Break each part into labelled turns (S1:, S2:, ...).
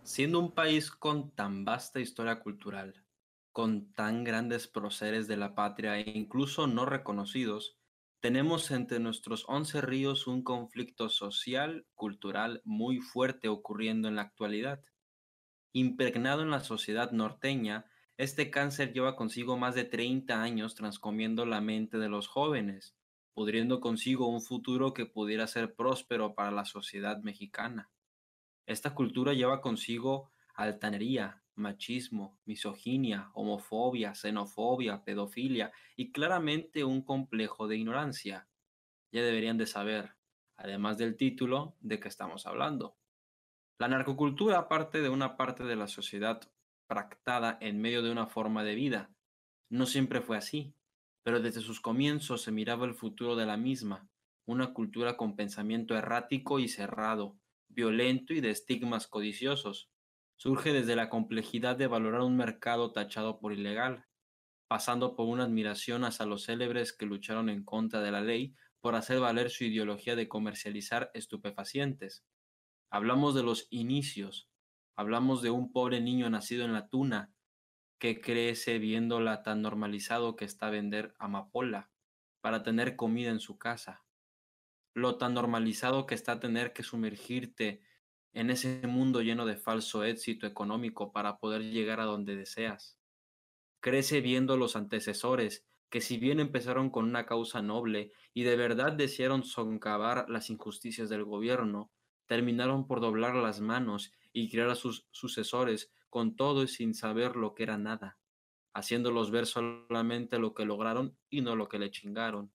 S1: Siendo un país con tan vasta historia cultural, con tan grandes próceres de la patria e incluso no reconocidos, tenemos entre nuestros 11 ríos un conflicto social, cultural muy fuerte ocurriendo en la actualidad. Impregnado en la sociedad norteña, este cáncer lleva consigo más de 30 años transcomiendo la mente de los jóvenes, pudriendo consigo un futuro que pudiera ser próspero para la sociedad mexicana. Esta cultura lleva consigo altanería, machismo, misoginia, homofobia, xenofobia, pedofilia y claramente un complejo de ignorancia. Ya deberían de saber, además del título, de qué estamos hablando. La narcocultura parte de una parte de la sociedad pactada en medio de una forma de vida. No siempre fue así, pero desde sus comienzos se miraba el futuro de la misma, una cultura con pensamiento errático y cerrado, violento y de estigmas codiciosos. Surge desde la complejidad de valorar un mercado tachado por ilegal, pasando por una admiración hacia los célebres que lucharon en contra de la ley por hacer valer su ideología de comercializar estupefacientes. Hablamos de los inicios, hablamos de un pobre niño nacido en la tuna que crece viéndola tan normalizado que está vender amapola para tener comida en su casa, lo tan normalizado que está tener que sumergirte en ese mundo lleno de falso éxito económico para poder llegar a donde deseas. Crece viendo los antecesores que si bien empezaron con una causa noble y de verdad desearon soncavar las injusticias del gobierno, terminaron por doblar las manos y criar a sus sucesores con todo y sin saber lo que era nada, haciéndolos ver solamente lo que lograron y no lo que le chingaron.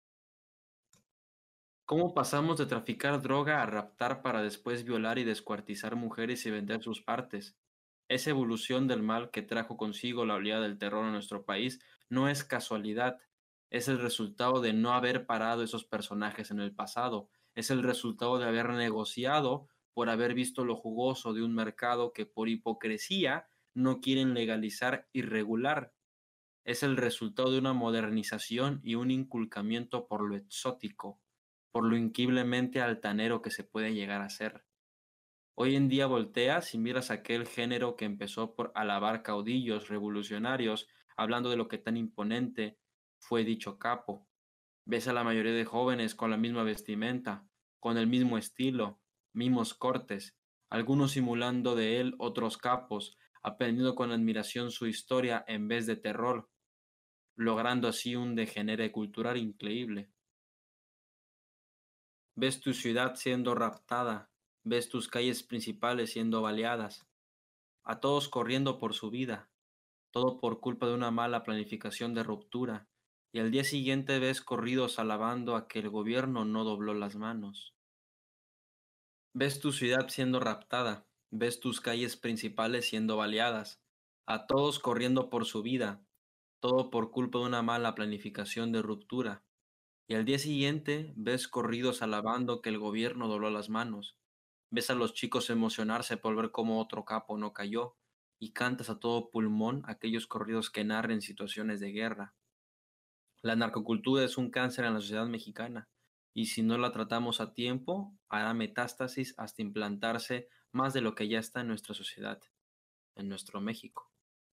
S1: ¿Cómo pasamos de traficar droga a raptar para después violar y descuartizar mujeres y vender sus partes? Esa evolución del mal que trajo consigo la oleada del terror en nuestro país no es casualidad, es el resultado de no haber parado esos personajes en el pasado, es el resultado de haber negociado por haber visto lo jugoso de un mercado que por hipocresía no quieren legalizar y regular. Es el resultado de una modernización y un inculcamiento por lo exótico, por lo increíblemente altanero que se puede llegar a ser. Hoy en día volteas y miras aquel género que empezó por alabar caudillos revolucionarios, hablando de lo que tan imponente fue dicho capo. Ves a la mayoría de jóvenes con la misma vestimenta, con el mismo estilo, mismos cortes, algunos simulando de él otros capos, aprendiendo con admiración su historia en vez de terror, logrando así un degenere cultural increíble. Ves tu ciudad siendo raptada, ves tus calles principales siendo baleadas, a todos corriendo por su vida, todo por culpa de una mala planificación de ruptura, y al día siguiente ves corridos alabando a que el gobierno no dobló las manos. Ves tu ciudad siendo raptada, ves tus calles principales siendo baleadas, a todos corriendo por su vida, todo por culpa de una mala planificación de ruptura. Y al día siguiente ves corridos alabando que el gobierno dobló las manos. Ves a los chicos emocionarse por ver cómo otro capo no cayó, y cantas a todo pulmón aquellos corridos que narren situaciones de guerra. La narcocultura es un cáncer en la sociedad mexicana, y si no la tratamos a tiempo, hará metástasis hasta implantarse más de lo que ya está en nuestra sociedad, en nuestro México.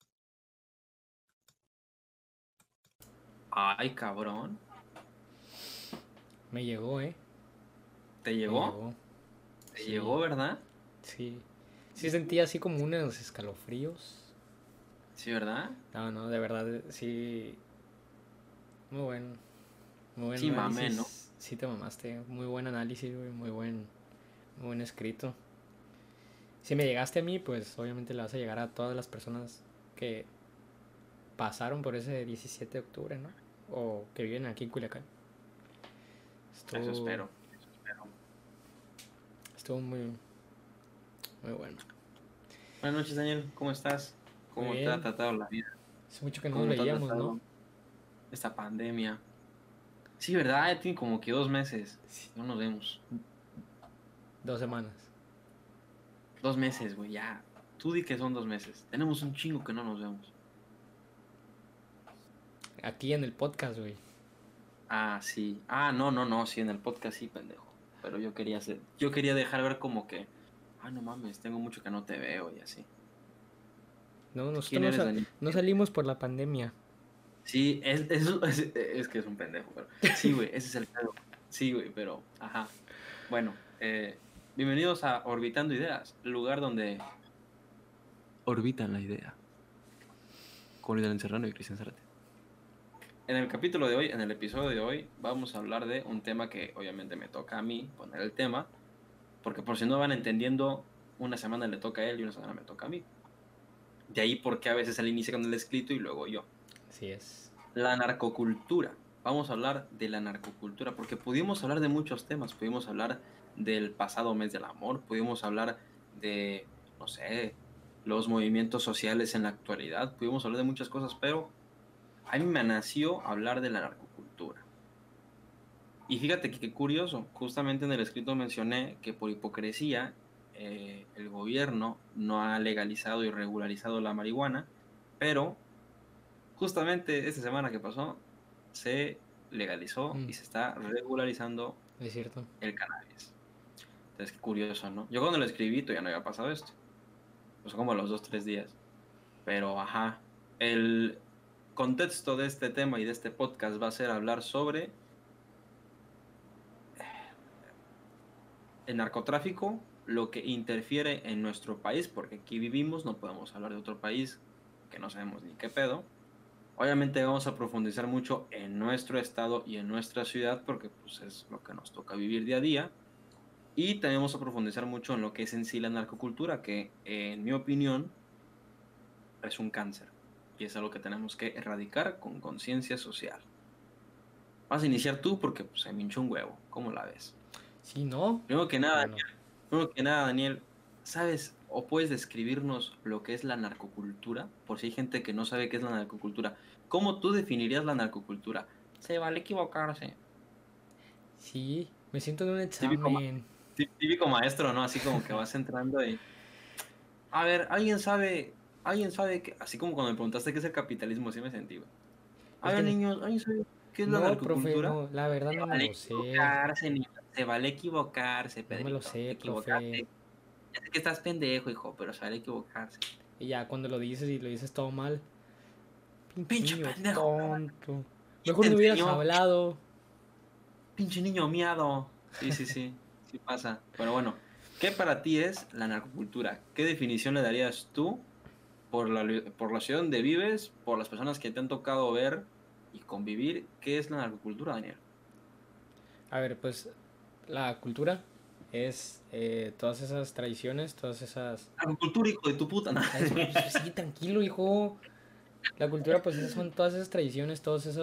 S1: Ay, cabrón,
S2: Me llegó, ¿eh?
S1: ¿te
S2: Me
S1: llegó?
S2: llegó.
S1: ¿Te
S2: Sí,
S1: llegó, verdad?
S2: sí. Sí sentí así como unos escalofríos.
S1: Sí, ¿verdad?
S2: No, no, de verdad, sí. Muy buen, muy buen
S1: Sí, mame, ¿no?
S2: análisis. Sí te mamaste. Muy buen análisis, güey. Muy buen escrito. Si me llegaste a mí, pues obviamente le vas a llegar a todas las personas que pasaron por ese 17 de octubre, ¿no? O que viven aquí en Culiacán.
S1: Eso
S2: Estuvo,
S1: espero.
S2: estuvo muy, muy bueno.
S1: Buenas noches, Daniel. ¿Cómo estás?
S2: Muy
S1: ¿Cómo te ha
S2: bien.
S1: tratado la vida?
S2: Hace mucho que no nos
S1: ¿Cómo te ha
S2: veíamos, ¿no?
S1: tratado esta pandemia? Sí, ¿verdad? Ya tiene como que 2 meses. No nos vemos.
S2: 2 semanas.
S1: 2 meses, güey, ya. Tú di que son 2 meses. Tenemos un chingo que no nos vemos.
S2: Aquí en el podcast, güey.
S1: Ah, sí. Ah, no, no, no. Sí, en el podcast sí, pendejo. Pero yo quería dejar ver como que. no mames, tengo mucho que no te veo y así.
S2: No,
S1: ¿Quién
S2: nosotros
S1: eres, Daniel?
S2: no salimos por la pandemia.
S1: Sí, es que es un pendejo, pero sí, güey, ese es el pedo. Sí, güey, pero, ajá. Bueno, bienvenidos a Orbitando Ideas, el lugar donde orbitan la idea, con Idel Serrano y Cristian Zárate. En el capítulo de hoy, en el episodio de hoy, vamos a hablar de un tema que obviamente me toca a mí poner el tema, porque por si no van entendiendo, una semana le toca a él y una semana me toca a mí. De ahí porque a veces él inicia con el escrito y luego yo.
S2: Así es.
S1: La narcocultura. Vamos a hablar de la narcocultura, porque pudimos hablar de muchos temas. Pudimos hablar del pasado mes del amor, pudimos hablar de, no sé, los movimientos sociales en la actualidad, pudimos hablar de muchas cosas, pero a mí me nació hablar de la narcocultura. Y fíjate que qué curioso, justamente en el escrito mencioné que por hipocresía el gobierno no ha legalizado y regularizado la marihuana, pero justamente esta semana que pasó se legalizó y se está regularizando
S2: Es cierto.
S1: el cannabis. Entonces, qué curioso, ¿no? Yo cuando lo escribí todavía no había pasado esto. Pues como a los 2, 3 días. Pero, ajá, el contexto de este tema y de este podcast va a ser hablar sobre el narcotráfico, lo que interfiere en nuestro país, porque aquí vivimos, no podemos hablar de otro país que no sabemos ni qué pedo. Obviamente vamos a profundizar mucho en nuestro estado y en nuestra ciudad porque pues es lo que nos toca vivir día a día. Y también vamos a profundizar mucho en lo que es en sí la narcocultura, que en mi opinión es un cáncer y es algo que tenemos que erradicar con conciencia social. Vas a iniciar tú porque pues, se me hinchó un huevo. ¿Cómo la ves?
S2: Sí, ¿no?
S1: Primero que nada,
S2: Bueno,
S1: Primero que nada, Daniel, ¿sabes o puedes describirnos lo que es la narcocultura? Por si hay gente que no sabe qué es la narcocultura. ¿Cómo tú definirías la narcocultura? Se vale equivocarse.
S2: sí, me siento en un
S1: Típico,
S2: examen.
S1: típico maestro, ¿no? Así como que vas entrando y... A ver, alguien sabe que... Así como cuando me preguntaste qué es el capitalismo, así me sentí, güey. A
S2: Es
S1: ver,
S2: que
S1: niños, ¿alguien sabe qué es la
S2: no, profe,
S1: narcocultura?
S2: no, la verdad
S1: Se
S2: no me
S1: vale
S2: lo sé.
S1: equivocarse, niños. Se vale equivocarse,
S2: No me lo
S1: Pedrito.
S2: sé, profe.
S1: Equivocarse. Ya sé que estás pendejo, hijo, pero se vale equivocarse.
S2: Y ya cuando lo dices y lo dices todo mal, pinche
S1: Pinche
S2: niño
S1: pendejo.
S2: tonto.
S1: ¿Quién
S2: Mejor
S1: te
S2: no hubieras
S1: enseñó?
S2: hablado.
S1: Pinche niño miado. Sí, sí, sí. Sí pasa. Pero bueno, ¿qué para ti es la narcocultura? ¿Qué definición le darías tú por la ciudad donde vives, por las personas que te han tocado ver y convivir? ¿Qué es la narcocultura, Daniel?
S2: A ver, pues la cultura es todas esas tradiciones, todas esas...
S1: Narcocultura, hijo de tu puta
S2: Ay,
S1: madre.
S2: sí, tranquilo, hijo. La cultura, pues, son todas esas tradiciones,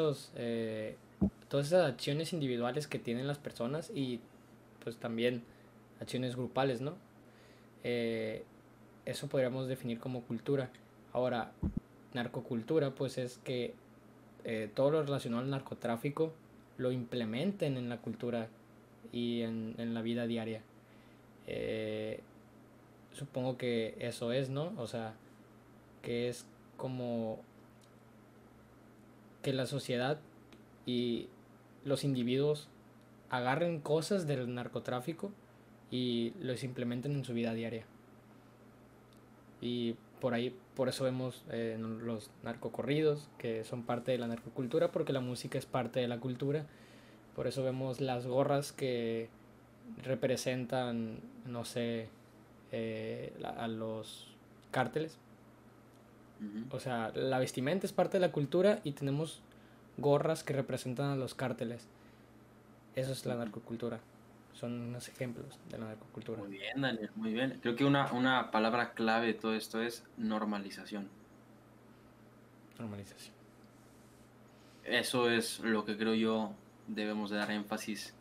S2: todas esas acciones individuales que tienen las personas y, pues, también acciones grupales, ¿no? Eh, Eso podríamos definir como cultura. Ahora, narcocultura, pues, es que todo lo relacionado al narcotráfico lo implementen en la cultura y en la vida diaria. Eh, Supongo que eso es, ¿no? O sea, que es como que la sociedad y los individuos agarren cosas del narcotráfico y los implementen en su vida diaria. Y por ahí, por eso vemos los narcocorridos, que son parte de la narcocultura, porque la música es parte de la cultura. Por eso vemos las gorras que representan, no sé, a los cárteles.
S1: Ujú.
S2: O sea, la vestimenta es parte de la cultura y tenemos gorras que representan a los cárteles. Eso es la
S1: Ujú.
S2: narcocultura. Son unos ejemplos de la narcocultura.
S1: Muy bien, Daniel, muy bien. Creo que una palabra clave de todo esto es normalización.
S2: Normalización.
S1: Eso es lo que creo yo debemos de dar énfasis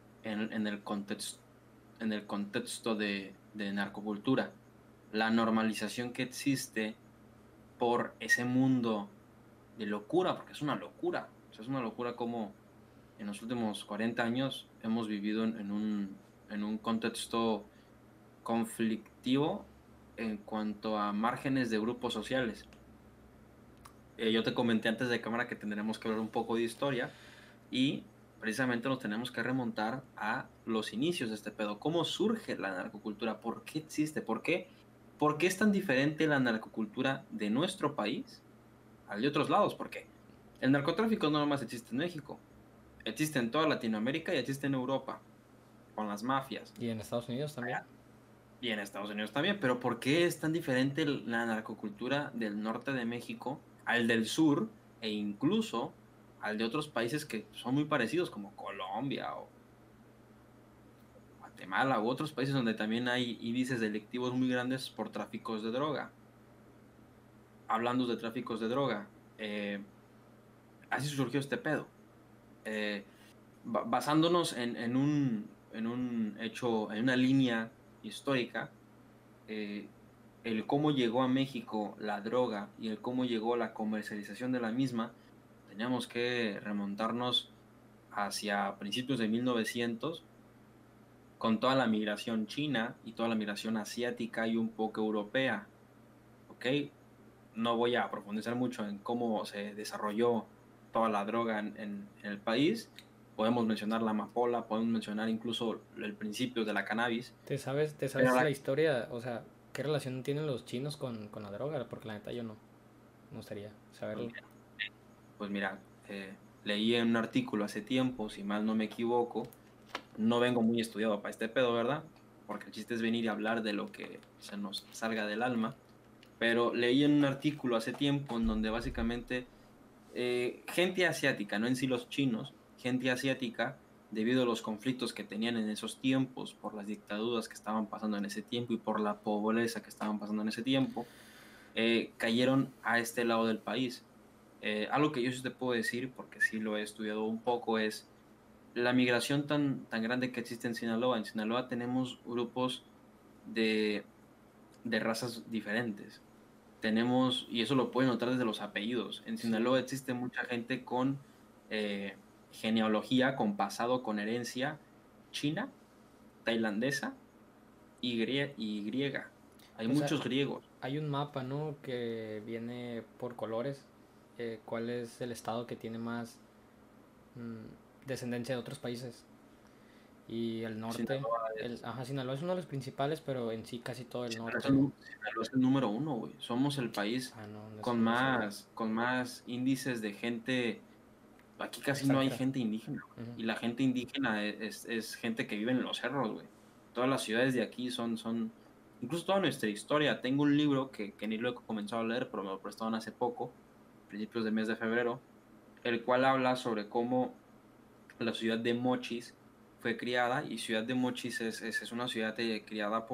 S1: en el contexto de narcocultura. La normalización que existe por ese mundo de locura, porque es una locura. O sea, es una locura como en los últimos 40 años hemos vivido en un contexto conflictivo en cuanto a márgenes de grupos sociales. Yo te comenté antes de cámara que tendremos que hablar un poco de historia y precisamente nos tenemos que remontar a los inicios de este pedo. ¿Cómo surge la narcocultura? ¿Por qué existe? ¿Por qué es tan diferente la narcocultura de nuestro país al de otros lados? Porque el narcotráfico no nomás existe en México, existe en toda Latinoamérica y existe en Europa, con las mafias.
S2: Y en Estados Unidos también.
S1: Y en Estados Unidos también. Pero ¿por qué es tan diferente la narcocultura del norte de México al del sur e incluso al de otros países que son muy parecidos como Colombia o Guatemala u otros países donde también hay índices delictivos muy grandes por tráficos de droga? Hablando de tráficos de droga, así surgió este pedo. Eh, Basándonos en un hecho, en una línea histórica, eh, el cómo llegó a México la droga y el cómo llegó la comercialización de la misma, teníamos que remontarnos hacia principios de 1900 con toda la migración china y toda la migración asiática y un poco europea, ¿ok? No voy a profundizar mucho en cómo se desarrolló toda la droga en el país. Podemos mencionar la amapola, podemos mencionar incluso el principio de la cannabis.
S2: ¿Te
S1: Pero
S2: sabes la historia? O sea, ¿qué relación tienen los chinos con la droga? Porque la neta yo no. Me gustaría saberlo.
S1: pues mira, leí en un artículo hace tiempo, si mal no me equivoco, no vengo muy estudiado para este pedo, ¿verdad? Porque el chiste es venir y hablar de lo que se nos salga del alma. Pero leí en un artículo hace tiempo en donde básicamente gente asiática, no en sí los chinos, gente asiática, debido a los conflictos que tenían en esos tiempos, por las dictaduras que estaban pasando en ese tiempo y por la pobreza que estaban pasando en ese tiempo, cayeron a este lado del país. Algo que yo sí te puedo decir, porque sí lo he estudiado un poco, es la migración tan grande que existe en Sinaloa. En Sinaloa tenemos grupos de, de razas diferentes. Tenemos, y eso lo pueden notar desde los apellidos. En Sinaloa
S2: Sí.
S1: existe mucha gente con eh, genealogía, con pasado, con herencia china, tailandesa y griega. Hay
S2: Pues
S1: muchos griegos.
S2: hay un mapa, ¿no? Que viene por colores. ¿Cuál es el estado que tiene más descendencia de otros países? Y el norte,
S1: Sinaloa es,
S2: Sinaloa es uno de los principales, pero en sí casi todo el
S1: Sinaloa es
S2: norte.
S1: Sinaloa es el número uno, güey. Somos el país
S2: Ah, no, eso no lo sabía.
S1: con más índices de gente. Aquí casi no hay
S2: Extranjera.
S1: gente indígena, güey.
S2: Ujú.
S1: Y la gente indígena es gente que vive en los cerros, güey. Todas las ciudades de aquí incluso toda nuestra historia. Tengo un libro que ni lo he comenzado a leer, pero me lo prestaron hace poco, principios del mes de febrero, el cual habla sobre cómo la ciudad de Mochis fue criada, y Ciudad de Mochis es una ciudad criada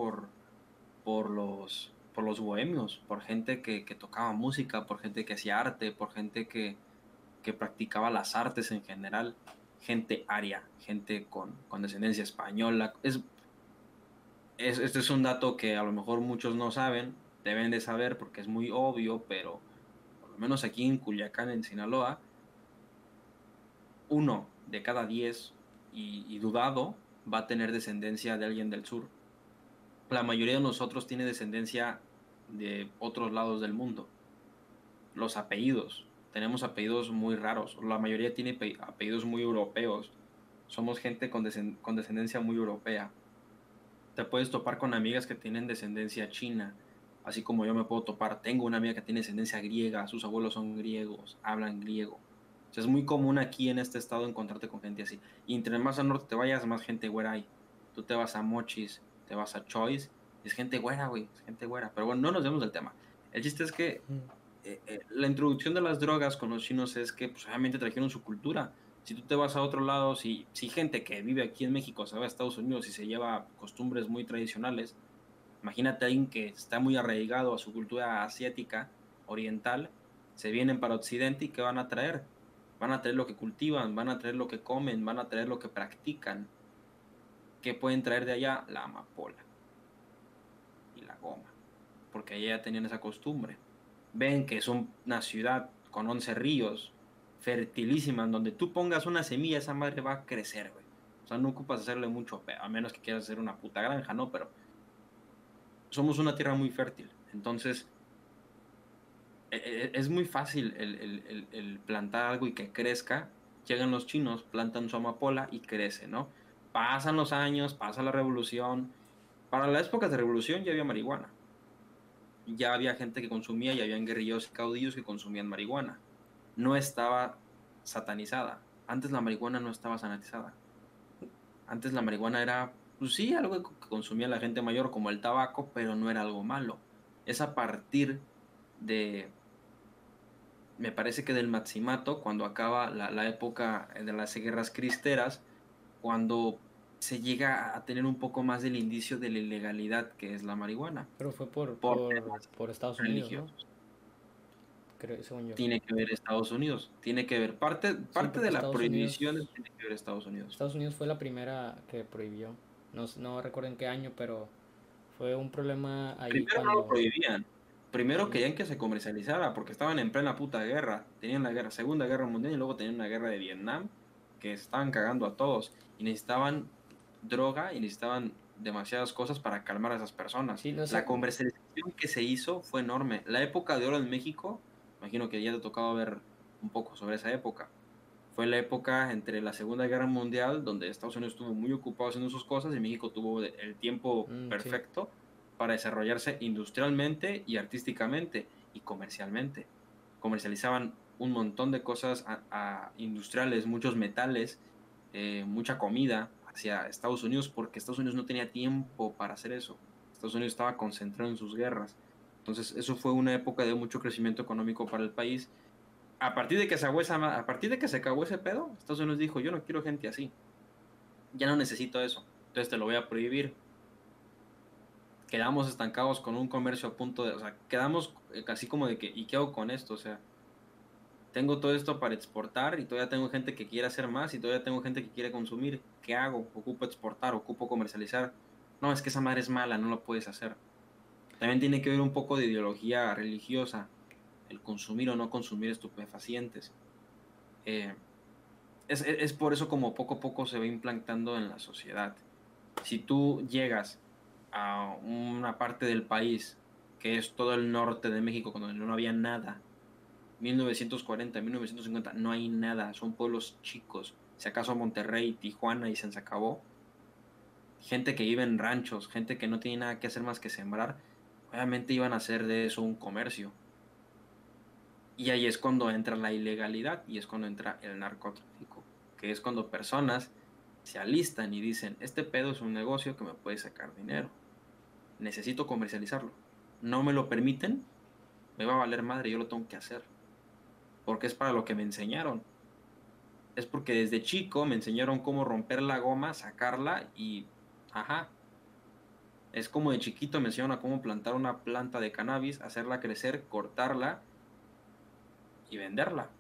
S1: por los bohemios, por gente que tocaba música, por gente que hacía arte, por gente que practicaba las artes en general, gente aria, gente con descendencia española. Este es un dato que a lo mejor muchos no saben, deben de saber porque es muy obvio, pero por lo menos aquí en Culiacán, en Sinaloa, 1 de cada 10 y dudado va a tener descendencia de alguien del sur. La mayoría de nosotros tiene descendencia de otros lados del mundo. Los apellidos, tenemos apellidos muy raros, la mayoría tiene apellidos muy europeos. Somos gente con descendencia muy europea. Te puedes topar con amigas que tienen descendencia china, así como yo me puedo topar. Tengo una amiga que tiene descendencia griega, sus abuelos son griegos, hablan griego. O sea, es muy común aquí en este estado encontrarte con gente así. Y entre más al norte te vayas, más gente güera hay. Tú te vas a Mochis, te vas a Choice, es gente güera, güey, es gente güera. Pero bueno, no nos vemos del tema. El chiste es que la introducción de las drogas con los chinos es que pues, obviamente trajeron su cultura. Si tú te vas a otro lado, si gente que vive aquí en México se va a Estados Unidos y se lleva costumbres muy tradicionales, imagínate a alguien que está muy arraigado a su cultura asiática, oriental, se vienen para Occidente y ¿qué van a traer? Van a traer lo que cultivan, van a traer lo que comen, van a traer lo que practican. ¿Qué pueden traer de allá? La amapola y la goma, porque allá ya tenían esa costumbre. Ven que es una ciudad con 11 ríos, fertilísima, en donde tú pongas una semilla, esa madre va a crecer, güey. O sea, no ocupas hacerle mucho, a menos que quieras hacer una puta granja, ¿no? Pero somos una tierra muy fértil. Entonces, es muy fácil el plantar algo y que crezca llegan los chinos, plantan su amapola y crece, ¿no? Pasan los años, pasa la revolución. Para las épocas de revolución ya había marihuana. Ya había gente que consumía y habían guerrilleros y caudillos que consumían marihuana. No estaba satanizada. Antes la marihuana no estaba sanatizada. Antes la marihuana era, pues sí, algo que consumía la gente mayor como el tabaco, pero no era algo malo. Es a partir de, me parece que del Maximato, cuando acaba la época de las guerras cristeras, cuando se llega a tener un poco más del indicio de la ilegalidad que es la marihuana,
S2: Pero fue
S1: por temas
S2: por Estados Unidos, ¿no?
S1: religiosos.
S2: Creo, según yo.
S1: Tiene que ver Estados Unidos, tiene que ver,
S2: Sí,
S1: parte
S2: porque
S1: de la prohibición tiene que ver Estados Unidos.
S2: Estados Unidos fue la primera que prohibió. No, no recuerdo en qué año, pero fue un problema ahí
S1: Primero no lo
S2: cuando...
S1: prohibían, primero
S2: Sí,
S1: querían que se comercializara porque estaban en plena puta guerra, tenían la guerra, Segunda Guerra Mundial y luego tenían una guerra de Vietnam que estaban cagando a todos y necesitaban droga y necesitaban demasiadas cosas para calmar a esas personas.
S2: sí, no
S1: La
S2: sé.
S1: comercialización que se hizo fue enorme. La época de oro en México, imagino que ya te ha tocado ver un poco sobre esa época. Fue la época entre la Segunda Guerra Mundial, donde Estados Unidos estuvo muy ocupado haciendo sus cosas y México tuvo el tiempo
S2: Sí.
S1: perfecto para desarrollarse industrialmente y artísticamente y comercialmente. Comercializaban un montón de cosas industriales, muchos metales, mucha comida hacia Estados Unidos porque Estados Unidos no tenía tiempo para hacer eso. Estados Unidos estaba concentrado en sus guerras. Entonces, eso fue una época de mucho crecimiento económico para el país. A partir de que se acabó ese pedo, Estados Unidos dijo, yo no quiero gente así. Ya no necesito eso. Entonces te lo voy a prohibir. Quedamos estancados con un comercio a punto de, o sea, quedamos casi como de que, ¿y qué hago con esto? O sea, tengo todo esto para exportar y todavía tengo gente que quiere hacer más y todavía tengo gente que quiere consumir. ¿Qué hago? Ocupo exportar, ocupo comercializar. No, es que esa madre es mala, no lo puedes hacer. También tiene que ver un poco de ideología religiosa, el consumir o no consumir estupefacientes. Eh, es por eso como poco a poco se va implantando en la sociedad. Si tú llegas a una parte del país que es todo el norte de México, donde no había nada, 1940, 1950, no hay nada, son pueblos chicos, si acaso Monterrey, Tijuana y se acabó, gente que vive en ranchos, gente que no tiene nada que hacer más que sembrar, obviamente iban a hacer de eso un comercio. Y ahí es cuando entra la ilegalidad y es cuando entra el narcotráfico, que es cuando personas se alistan y dicen, este pedo es un negocio que me puede sacar dinero, necesito comercializarlo. No me lo permiten, me va a valer madre, yo lo tengo que hacer, porque es para lo que me enseñaron. Es porque desde chico me enseñaron cómo romper la goma, sacarla y, ajá, es como de chiquito me enseñaron a cómo plantar una planta de cannabis, hacerla crecer, cortarla y venderla.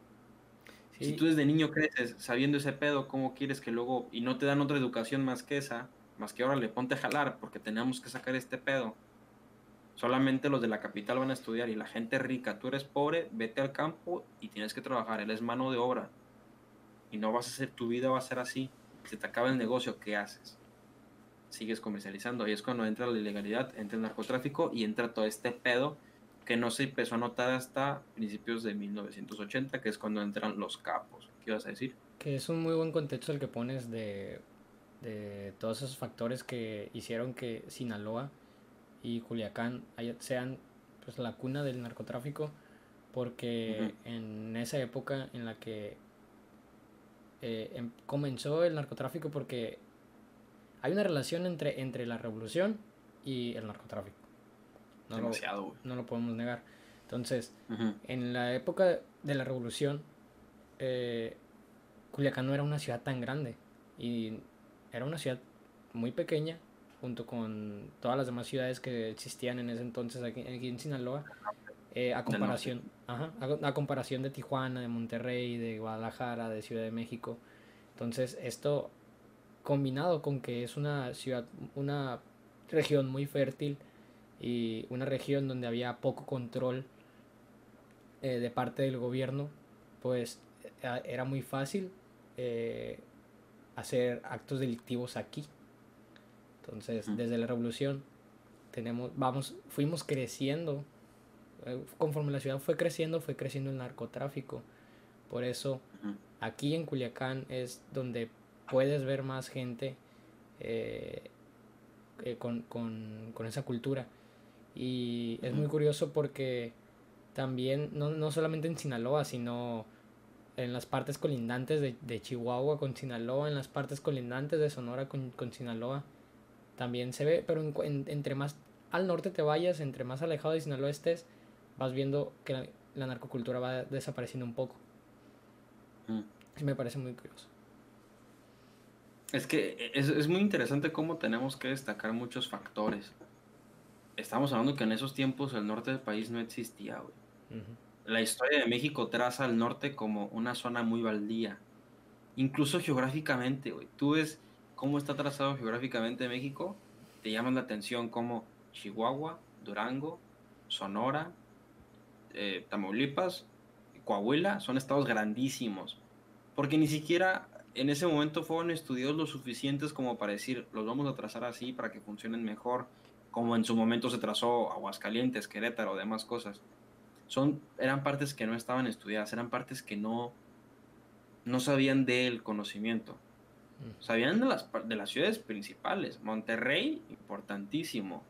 S1: Si
S2: Sí,
S1: tú desde niño creces sabiendo ese pedo, ¿cómo quieres que luego, y no te dan otra educación más que esa, más que ahora le ponte a jalar porque tenemos que sacar este pedo? Solamente los de la capital van a estudiar y la gente rica, tú eres pobre, vete al campo y tienes que trabajar, él es mano de obra y no vas a hacer, tu vida va a ser así. Se te acaba el negocio, ¿qué haces? Sigues comercializando. Ahí es cuando entra la ilegalidad, entra el narcotráfico y entra todo este pedo que no se empezó a notar hasta principios de 1980, que es cuando entran los capos. ¿Qué ibas a decir?
S2: que es un muy buen contexto el que pones de todos esos factores que hicieron que Sinaloa y Culiacán sean pues la cuna del narcotráfico,
S1: Ujú.
S2: porque en esa época en la que comenzó el narcotráfico, porque hay una relación entre la revolución y el narcotráfico, no lo,
S1: Demasiado, güey.
S2: no lo podemos negar. Entonces,
S1: Ujú.
S2: en la época de la revolución, eh, Culiacán no era una ciudad tan grande y era una ciudad muy pequeña junto con todas las demás ciudades que existían en ese entonces aquí en Sinaloa,
S1: Del norte.
S2: a comparación de Tijuana, de Monterrey, de Guadalajara, de Ciudad de México. Entonces esto combinado con que es una ciudad, una región muy fértil y una región donde había poco control de parte del gobierno, pues era muy fácil eh, hacer actos delictivos aquí. Entonces,
S1: Ujú.
S2: desde la revolución fuimos creciendo, conforme la ciudad fue creciendo el narcotráfico. Por eso
S1: Ujú.
S2: Aquí en Culiacán es donde puedes ver más gente eh, con esa cultura. Y es muy curioso porque también, no solamente en Sinaloa, sino en las partes colindantes de Chihuahua con Sinaloa, en las partes colindantes de Sonora con Sinaloa, también se ve, pero entre más al norte te vayas, entre más alejado de Sinaloa estés, vas viendo que la narcocultura va desapareciendo un poco. Sí, me parece muy curioso.
S1: Es que es muy interesante cómo tenemos que destacar muchos factores. Estamos hablando que en esos tiempos el norte del país no existía, güey. La historia de México traza al norte como una zona muy baldía. Incluso geográficamente, güey. Tú ves cómo está trazado geográficamente México, te llaman la atención como Chihuahua, Durango, Sonora, Tamaulipas, Coahuila, son estados grandísimos. Porque ni siquiera en ese momento fueron estudiados lo suficientes como para decir, los vamos a trazar así para que funcionen mejor, como en su momento se trazó Aguascalientes, Querétaro, demás cosas. Eran partes que no estaban estudiadas, eran partes que no sabían del conocimiento. Sabían de las ciudades principales. Monterrey, importantísimo.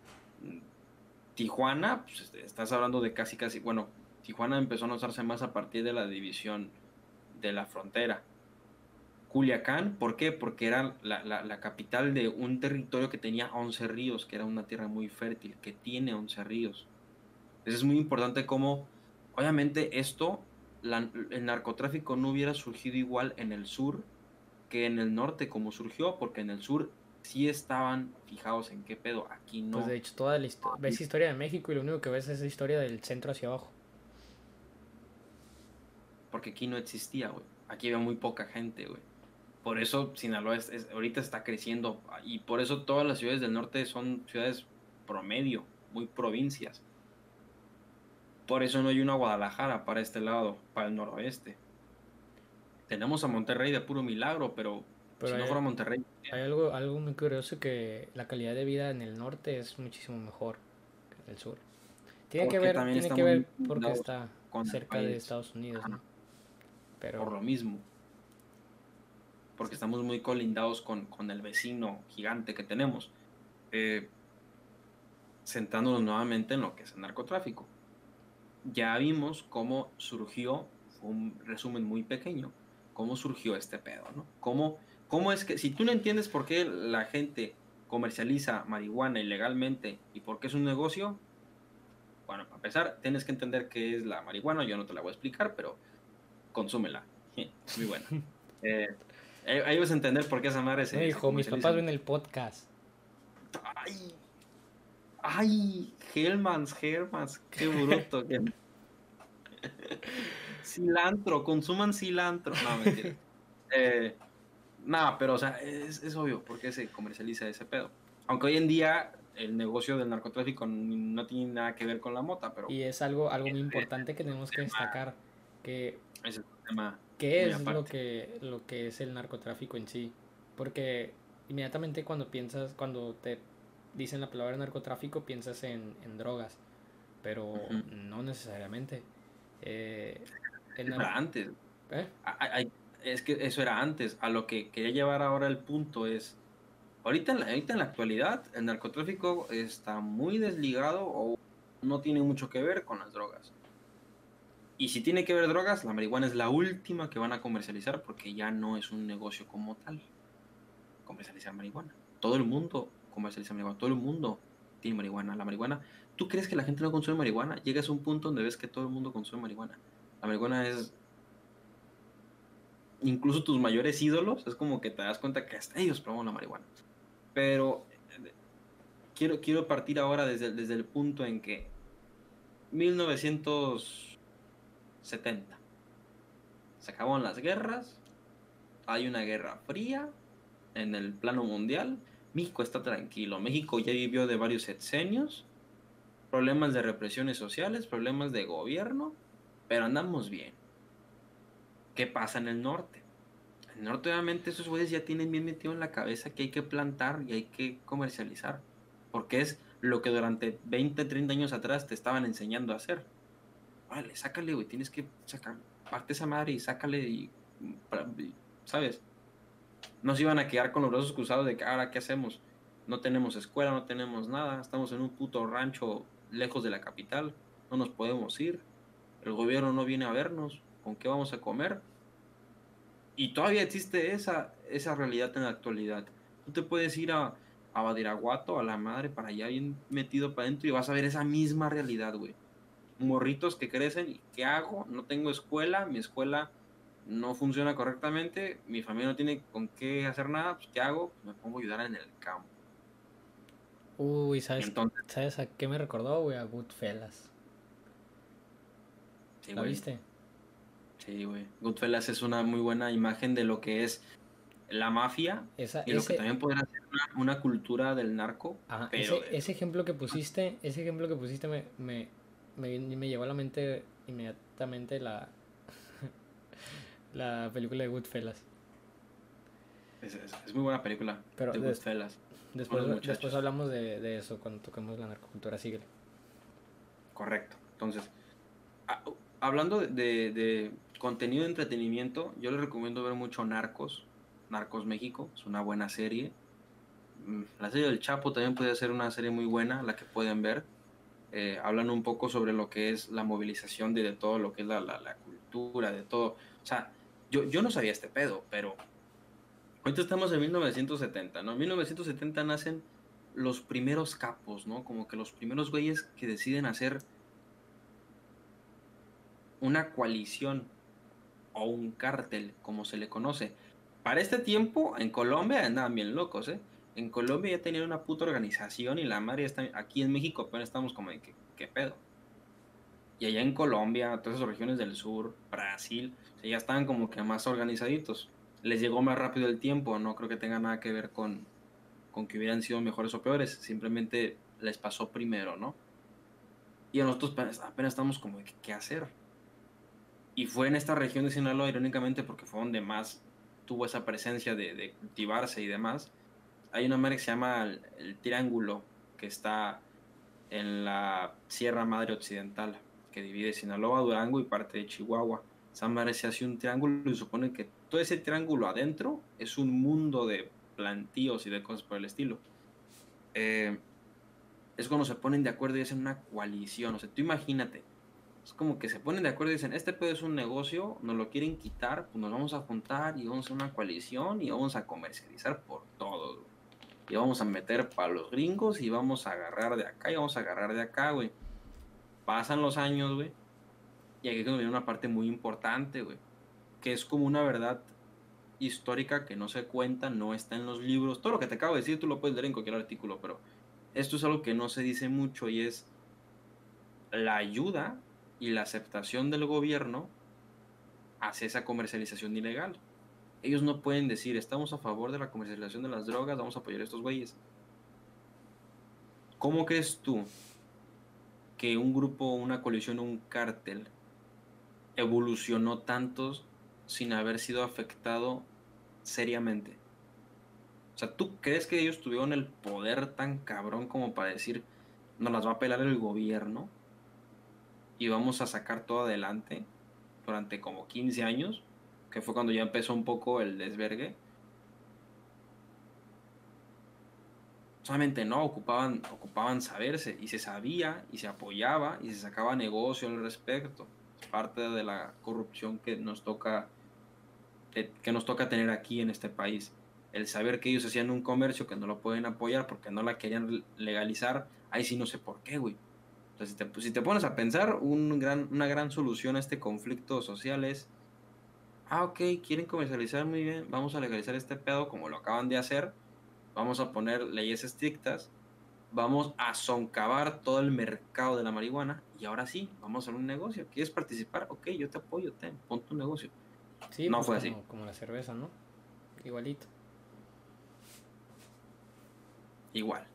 S1: Tijuana, pues estás hablando de casi, bueno, Tijuana empezó a usarse más a partir de la división de la frontera. Culiacán, ¿por qué? Porque era la capital de un territorio que tenía 11 ríos, que era una tierra muy fértil, que tiene 11 ríos. Entonces es muy importante cómo, obviamente el narcotráfico no hubiera surgido igual en el sur que en el norte como surgió, porque en el sur sí estaban fijados en qué pedo, aquí
S2: Pues de
S1: no.
S2: hecho, toda la ves historia de México y lo único que ves es la historia del centro hacia abajo.
S1: Porque aquí no existía, güey. Aquí había muy poca gente, güey. Por eso Sinaloa ahorita está creciendo y por eso todas las ciudades del norte son ciudades promedio, muy provincias. Por eso no hay una Guadalajara para este lado, para el noroeste. Tenemos a Monterrey de puro milagro, pero
S2: Pero
S1: si no fuera Monterrey,
S2: hay algo muy curioso, que la calidad de vida en el norte es muchísimo mejor que en el sur.
S1: porque también
S2: Tiene que
S1: estamos muy
S2: ver porque
S1: cuidados
S2: está
S1: con el
S2: cerca de
S1: país.
S2: Estados Unidos, ¿no?
S1: Ajá,
S2: Pero
S1: por lo mismo, porque
S2: sí,
S1: estamos muy colindados con el vecino gigante que tenemos. Eh, Sentándonos nuevamente en lo que es el narcotráfico. Ya vimos cómo surgió, fue un resumen muy pequeño, cómo surgió este pedo, ¿no? Cómo es que, si tú no entiendes por qué la gente comercializa marihuana ilegalmente y por qué es un negocio, bueno, para empezar, tienes que entender qué es la marihuana, yo no te la voy a explicar, pero consúmela, es muy buena. Eh, ahí vas a entender por qué esa madre
S2: no,
S1: se
S2: hijo, mis
S1: comercializa
S2: papás ven
S1: mucho.
S2: el podcast.
S1: ¡Ay! ¡Ay! Helmans, qué bruto. Cilantro, consuman cilantro. No, mentira. Nada, pero o sea, es obvio por qué se comercializa ese pedo. Aunque hoy en día el negocio del narcotráfico no tiene nada que ver con la mota, pero
S2: Y es algo muy importante que tenemos que destacar, que
S1: ese es un tema
S2: qué
S1: muy
S2: es
S1: aparte.
S2: lo que es el narcotráfico en sí. Porque inmediatamente cuando te dicen la palabra narcotráfico, piensas en drogas, pero
S1: Ujú.
S2: no necesariamente. Eh, el nar-
S1: Para antes.
S2: ¿Eh?
S1: Es que eso era antes. A lo que quería llevar ahora el punto es, ahorita en la actualidad, el narcotráfico está muy desligado o no tiene mucho que ver con las drogas. Y si tiene que ver drogas, la marihuana es la última que van a comercializar porque ya no es un negocio como tal comercializar marihuana. Todo el mundo comercializa marihuana, todo el mundo tiene marihuana. La marihuana, ¿tú crees que la gente no consume marihuana? Llegas a un punto donde ves que todo el mundo consume marihuana. La marihuana es, incluso tus mayores ídolos, es como que te das cuenta que hasta ellos promueven la marihuana. Pero quiero partir ahora desde el punto en que 1970 se acabaron las guerras, hay una guerra fría en el plano mundial. México está tranquilo. México ya vivió de varios sexenios, problemas de represiones sociales, problemas de gobierno, pero andamos bien. ¿Qué pasa en el norte? En el norte, obviamente, esos güeyes ya tienen bien metido en la cabeza que hay que plantar y hay que comercializar, porque es lo que durante 20, 30 años atrás te estaban enseñando a hacer. Vale, sácale, güey, tienes que sacar, parte esa madre y sácale y ¿sabes? Nos iban a quedar con los brazos cruzados de que ahora qué hacemos. No tenemos escuela, no tenemos nada, estamos en un puto rancho lejos de la capital, no nos podemos ir, el gobierno no viene a vernos, ¿con qué vamos a comer? Y todavía existe esa realidad en la actualidad. Tú te puedes ir a Badiraguato, a la madre, para allá bien metido para adentro y vas a ver esa misma realidad, güey. Morritos que crecen y ¿qué hago? No tengo escuela, mi escuela no funciona correctamente, mi familia no tiene con qué hacer nada, pues ¿qué hago? Pues me pongo a ayudar en el campo.
S2: Uy,
S1: Y entonces,
S2: ¿sabes a qué me recordó, güey? A Goodfellas.
S1: sí,
S2: ¿La
S1: güey,
S2: viste?
S1: sí, güey. Goodfellas es una muy buena imagen de lo que es la mafia
S2: Esa,
S1: y lo que
S2: ese,
S1: también podrá ser una cultura del narco,
S2: ajá,
S1: pero de...
S2: ese ejemplo que pusiste me llevó a la mente inmediatamente la película de Goodfellas.
S1: Es muy buena película
S2: Pero
S1: de Goodfellas. Buenos
S2: después
S1: muchachos.
S2: hablamos de eso cuando toquemos la narcocultura. Síguele.
S1: Correcto. Entonces, hablando de contenido de entretenimiento, yo les recomiendo ver mucho Narcos. Narcos México, es una buena serie. La serie del Chapo también puede ser una serie muy buena, la que pueden ver. Hablan un poco sobre lo que es la movilización de todo lo que es la cultura, de todo. O sea, yo no sabía este pedo, pero ahorita estamos en 1970, ¿no? En 1970 nacen los primeros capos, ¿no? Como que los primeros güeyes que deciden hacer una coalición o un cártel, como se le conoce. Para este tiempo, en Colombia andaban bien locos, ¿eh? En Colombia ya tenían una puta organización y la madre está aquí en México apenas estamos como de ¿qué pedo? Y allá en Colombia, todas esas regiones del sur, Brasil, o sea, ya estaban como que más organizaditos. Les llegó más rápido el tiempo, no creo que tenga nada que ver con que hubieran sido mejores o peores, simplemente les pasó primero, ¿no? Y a nosotros apenas estamos como de ¿qué hacer? Y fue en esta región de Sinaloa, irónicamente, porque fue donde más tuvo esa presencia de cultivarse y demás. Hay una madre que se llama el Triángulo, que está en la Sierra Madre Occidental, que divide Sinaloa, Durango y parte de Chihuahua. Esa madre se hace un triángulo y supone que todo ese triángulo adentro es un mundo de plantíos y de cosas por el estilo. Eh, es cuando se ponen de acuerdo y hacen una coalición. O sea, tú imagínate, es como que se ponen de acuerdo y dicen, este pedo es un negocio, nos lo quieren quitar, pues nos vamos a juntar y vamos a hacer una coalición y vamos a comercializar por todos, güey. Y vamos a meter para los gringos y vamos a agarrar de acá y vamos a agarrar de acá, güey. Pasan los años, güey, y aquí es donde viene una parte muy importante, güey, que es como una verdad histórica que no se cuenta, no está en los libros. Todo lo que te acabo de decir tú lo puedes leer en cualquier artículo, pero esto es algo que no se dice mucho y es la ayuda y la aceptación del gobierno hacia esa comercialización ilegal. Ellos no pueden decir, estamos a favor de la comercialización de las drogas, vamos a apoyar a estos güeyes. ¿Cómo crees tú que un grupo, una coalición, un cártel evolucionó tantos sin haber sido afectado seriamente? O sea, ¿tú crees que ellos tuvieron el poder tan cabrón como para decir, nos las va a pelar el gobierno y vamos a sacar todo adelante durante como 15 años? Que fue cuando ya empezó un poco el desvergue. Solamente no, ocupaban saberse y se sabía y se apoyaba y se sacaba negocio al respecto. Es parte de la corrupción que nos toca tener aquí en este país. El saber que ellos hacían un comercio que no lo pueden apoyar porque no la querían legalizar, ahí sí no sé por qué, güey. Entonces, si te pones a pensar, una gran solución a este conflicto social es, ok, quieren comercializar muy bien, vamos a legalizar este pedo como lo acaban de hacer, vamos a poner leyes estrictas, vamos a soncavar todo el mercado de la marihuana y ahora sí, vamos a hacer un negocio. ¿Quieres participar? Ok, yo te apoyo, pon tu negocio.
S2: Sí,
S1: No
S2: pues
S1: fue así,
S2: como la cerveza, ¿no? Igualito.
S1: igual,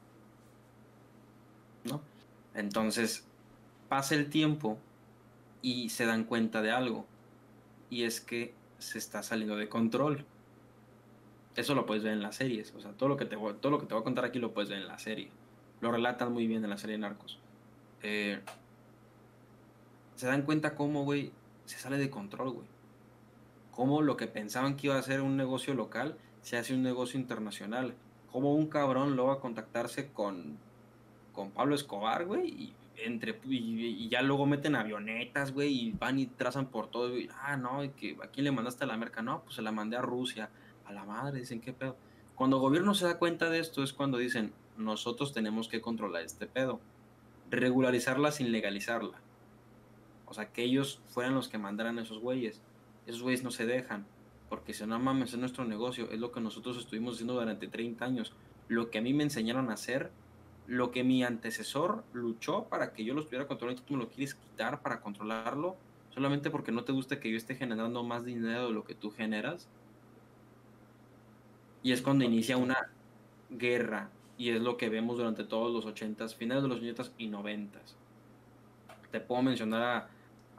S1: ¿no? Entonces, pasa el tiempo y se dan cuenta de algo, y es que se está saliendo de control. Eso lo puedes ver en las series, o sea, todo lo que te voy a contar aquí lo puedes ver en la serie. Lo relatan muy bien en la serie Narcos. Eh, Se dan cuenta cómo, güey, se sale de control, güey. cómo lo que pensaban que iba a ser un negocio local se hace un negocio internacional. Cómo un cabrón logra contactarse con Pablo Escobar, güey, y ya luego meten avionetas, güey, y van y trazan por todo, y, no, y que, ¿a quién le mandaste la merca? No, pues se la mandé a Rusia, a la madre, dicen, ¿qué pedo? Cuando el gobierno se da cuenta de esto es cuando dicen, nosotros tenemos que controlar este pedo, regularizarla sin legalizarla. O sea, que ellos fueran los que mandaran a esos güeyes. Esos güeyes no se dejan, porque si no mames, es nuestro negocio, es lo que nosotros estuvimos haciendo durante 30 años. Lo que a mí me enseñaron a hacer, lo que mi antecesor luchó para que yo lo estuviera controlando y tú me lo quieres quitar para controlarlo, solamente porque no te gusta que yo esté generando más dinero de lo que tú generas. Y es
S2: Un
S1: cuando inicia
S2: poquito.
S1: una guerra, y es lo que vemos durante todos los 80s, finales de los 80s y 90s. Te puedo mencionar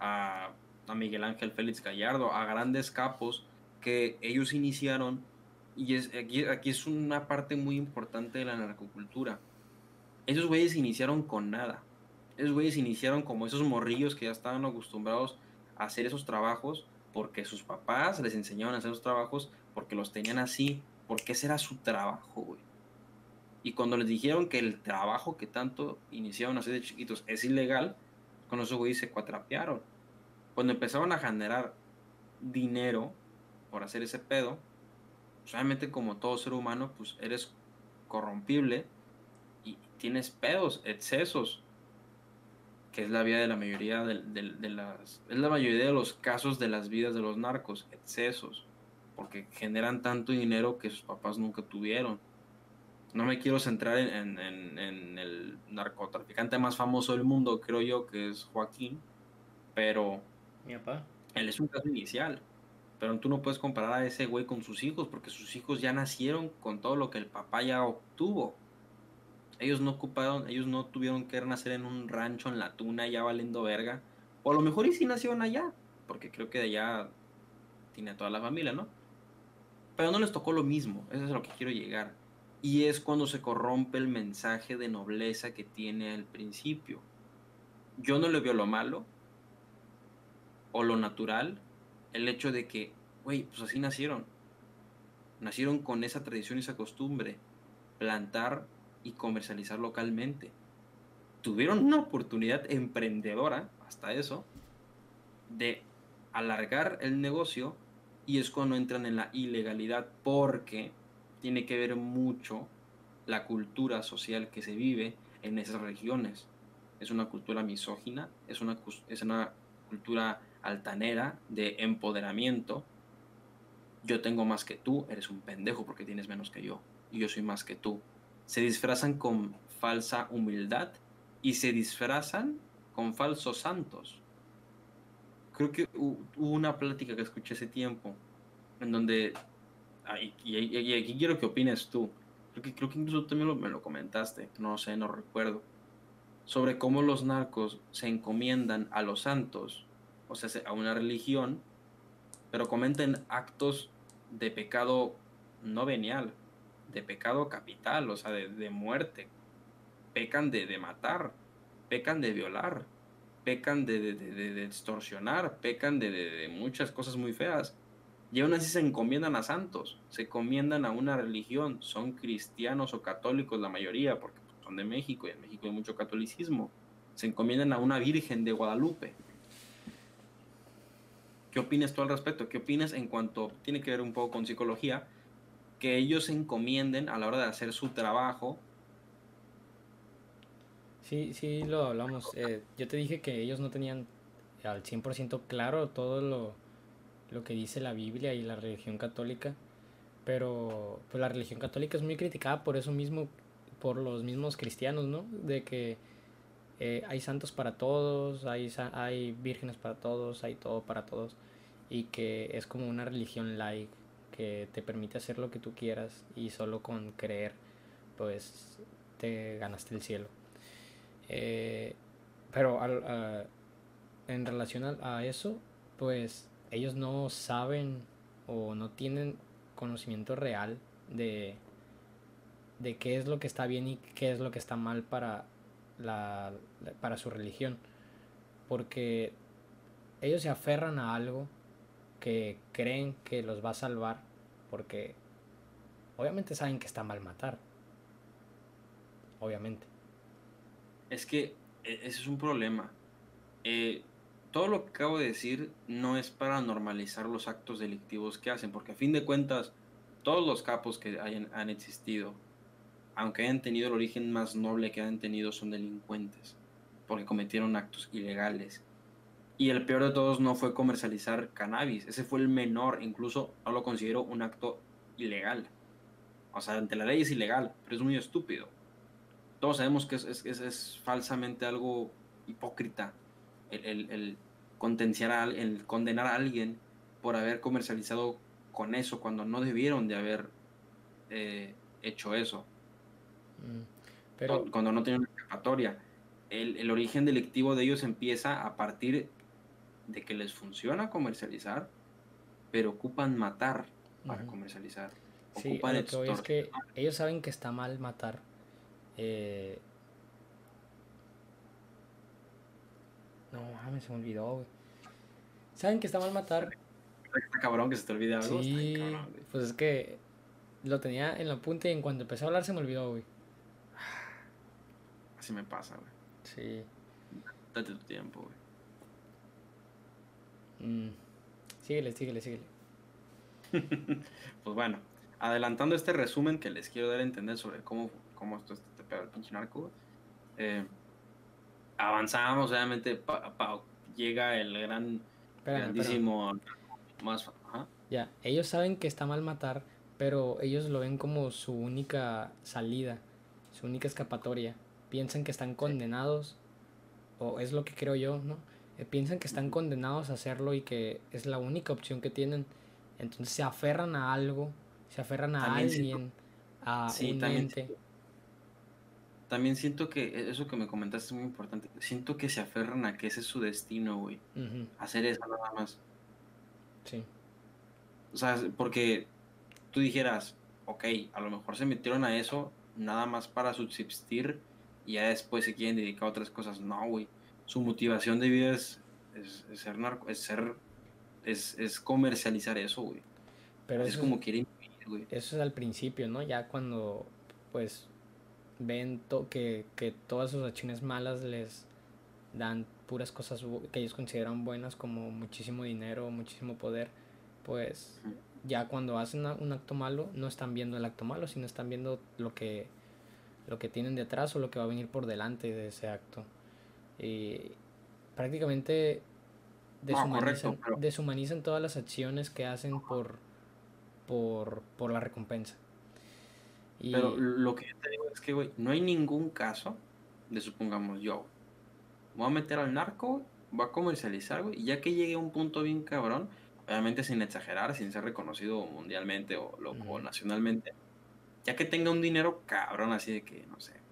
S1: a Miguel Ángel Félix Gallardo, a grandes capos que ellos iniciaron, y aquí es una parte muy importante de la narcocultura. Esos güeyes iniciaron con nada. Esos güeyes iniciaron como esos morrillos que ya estaban acostumbrados a hacer esos trabajos porque sus papás les enseñaban a hacer esos trabajos, porque los tenían así, porque ese era su trabajo, güey. Y cuando les dijeron que el trabajo que tanto iniciaron así de chiquitos es ilegal, con esos güeyes se cuatrapearon. Cuando empezaron a generar dinero por hacer ese pedo, pues obviamente como todo ser humano, pues eres corrompible y tienes pedos, excesos, que es la vida de la mayoría es la mayoría de los casos de las vidas de los narcos, excesos, porque generan tanto dinero que sus papás nunca tuvieron. No me quiero centrar en el narcotraficante más famoso del mundo, creo yo, que es Joaquín, pero
S2: Mi papá.
S1: él es un caso inicial. Pero tú no puedes comparar a ese güey con sus hijos, porque sus hijos ya nacieron con todo lo que el papá ya obtuvo. Ellos no ocuparon, ellos no tuvieron que nacer en un rancho en la tuna ya valiendo verga. O a lo mejor y sí nacieron allá, porque creo que de allá tiene toda la familia, ¿no? Pero no les tocó lo mismo, eso es a lo que quiero llegar. Y es cuando se corrompe el mensaje de nobleza que tiene al principio. Yo no le veo lo malo o lo natural, el hecho de que, güey, pues así nacieron. Nacieron con esa tradición y esa costumbre, plantar y comercializar localmente. Tuvieron una oportunidad emprendedora, hasta eso, de alargar el negocio, y es cuando entran en la ilegalidad porque tiene que ver mucho la cultura social que se vive en esas regiones. Es una cultura misógina, es una cultura altanera de empoderamiento. Yo tengo más que tú, eres un pendejo porque tienes menos que yo, y yo soy más que tú. Se disfrazan con falsa humildad y se disfrazan con falsos santos. Creo que hubo una plática que escuché hace tiempo en donde, y aquí quiero que opines tú, creo que incluso tú también me lo comentaste, no sé, no recuerdo, sobre cómo los narcos se encomiendan a los santos, o sea, a una religión, pero cometen actos de pecado no venial, de pecado capital, o sea, de muerte. Pecan de matar, pecan de violar, pecan de extorsionar, pecan de muchas cosas muy feas. Y aún así se encomiendan a santos, se encomiendan a una religión, son cristianos o católicos la mayoría, porque pues, son de México y en México hay mucho catolicismo. Se encomiendan a una Virgen de Guadalupe. ¿Qué opinas tú al respecto? ¿Qué opinas en cuanto tiene que ver un poco con psicología? Que ellos se encomienden a la hora de hacer su trabajo.
S2: Sí, sí, lo hablamos. Yo te dije que ellos no tenían al 100% claro todo lo que dice la Biblia y la religión católica, pero pues la religión católica es muy criticada por eso mismo, por los mismos cristianos, ¿no? De que hay santos para todos, hay vírgenes para todos, hay todo para todos, y que es como una religión laica que te permite hacer lo que tú quieras y solo con creer, pues te ganaste el cielo. Eh, pero en relación a eso, pues ellos no saben o no tienen conocimiento real de, de qué es lo que está bien y qué es lo que está mal la, para su religión. Porque ellos se aferran a algo que creen que los va a salvar porque obviamente saben que está mal matar. Obviamente.
S1: Es que ese es un problema. Eh, Todo lo que acabo de decir no es para normalizar los actos delictivos que hacen, porque a fin de cuentas, todos los capos que han existido, aunque hayan tenido el origen más noble que han tenido, son delincuentes, porque cometieron actos ilegales. Y el peor de todos no fue comercializar cannabis, ese fue el menor, incluso no lo considero un acto ilegal. O sea, ante la ley es ilegal, pero es muy estúpido. Todos sabemos que es falsamente algo hipócrita el el condenar a alguien por haber comercializado con eso cuando no debieron de haber hecho eso,
S2: Mm, Pero,
S1: cuando no tienen una escapatoria. El origen delictivo de ellos empieza a partir de que les funciona comercializar, pero ocupan matar para
S2: ujú.
S1: comercializar,
S2: Sí, a
S1: ocupan
S2: lo que voy es
S1: extorsionar.
S2: que ellos saben que está mal matar. Eh, no mames, se me olvidó, güey. Saben que está mal matar.
S1: Está cabrón que se te olvide algo, está bien
S2: Sí,
S1: cabrón, güey.
S2: pues es que lo tenía en la punta y en cuanto empecé a hablar se me olvidó, güey.
S1: Así me pasa, güey.
S2: Sí.
S1: Date tu tiempo, güey.
S2: Mm, síguele, síguele, síguele.
S1: Pues bueno, adelantando este resumen que les quiero dar a entender sobre cómo esto te pega el pinche narco, güey, eh, avanzamos, obviamente llega el
S2: Espérame, espérame.
S1: grandísimo, más, ajá,
S2: Ya, ellos saben que está mal matar, pero ellos lo ven como su única salida, su única escapatoria. Piensan que están
S1: sí,
S2: condenados, o es lo que creo yo, ¿no? Piensan que están
S1: ujú.
S2: condenados a hacerlo y que es la única opción que tienen. Entonces se aferran a algo, se aferran a
S1: También siento,
S2: alguien, a
S1: sí,
S2: un ente.
S1: también siento que eso que me comentaste es muy importante, siento que se aferran a que ese es su destino, güey,
S2: Ujú,
S1: hacer eso nada más,
S2: sí.
S1: o sea, porque tú dijeras, ok, a lo mejor se metieron a eso nada más para subsistir y ya después se quieren dedicar a otras cosas. No, güey. Su motivación de vida es ser narco, es comercializar eso, güey.
S2: Pero
S1: Así es como quieren vivir, güey.
S2: eso es al principio, ¿no? Ya cuando, pues, ven que todas sus acciones malas les dan puras cosas que ellos consideran buenas como muchísimo dinero, muchísimo poder, pues
S1: Ujú.
S2: ya cuando hacen un acto malo no están viendo el acto malo, sino están viendo lo que tienen detrás o lo que va a venir por delante de ese acto. Y prácticamente
S1: No, correcto,
S2: deshumanizan todas las acciones que hacen por la recompensa.
S1: pero
S2: Y
S1: lo que yo te digo es que, güey, no hay ningún caso de, supongamos, yo, me voy a meter al narco, voy a comercializar, güey, y ya que llegue a un punto bien cabrón, obviamente sin exagerar, sin ser reconocido mundialmente o
S2: ujú,
S1: nacionalmente, ya que tenga un dinero cabrón, así de que, no sé.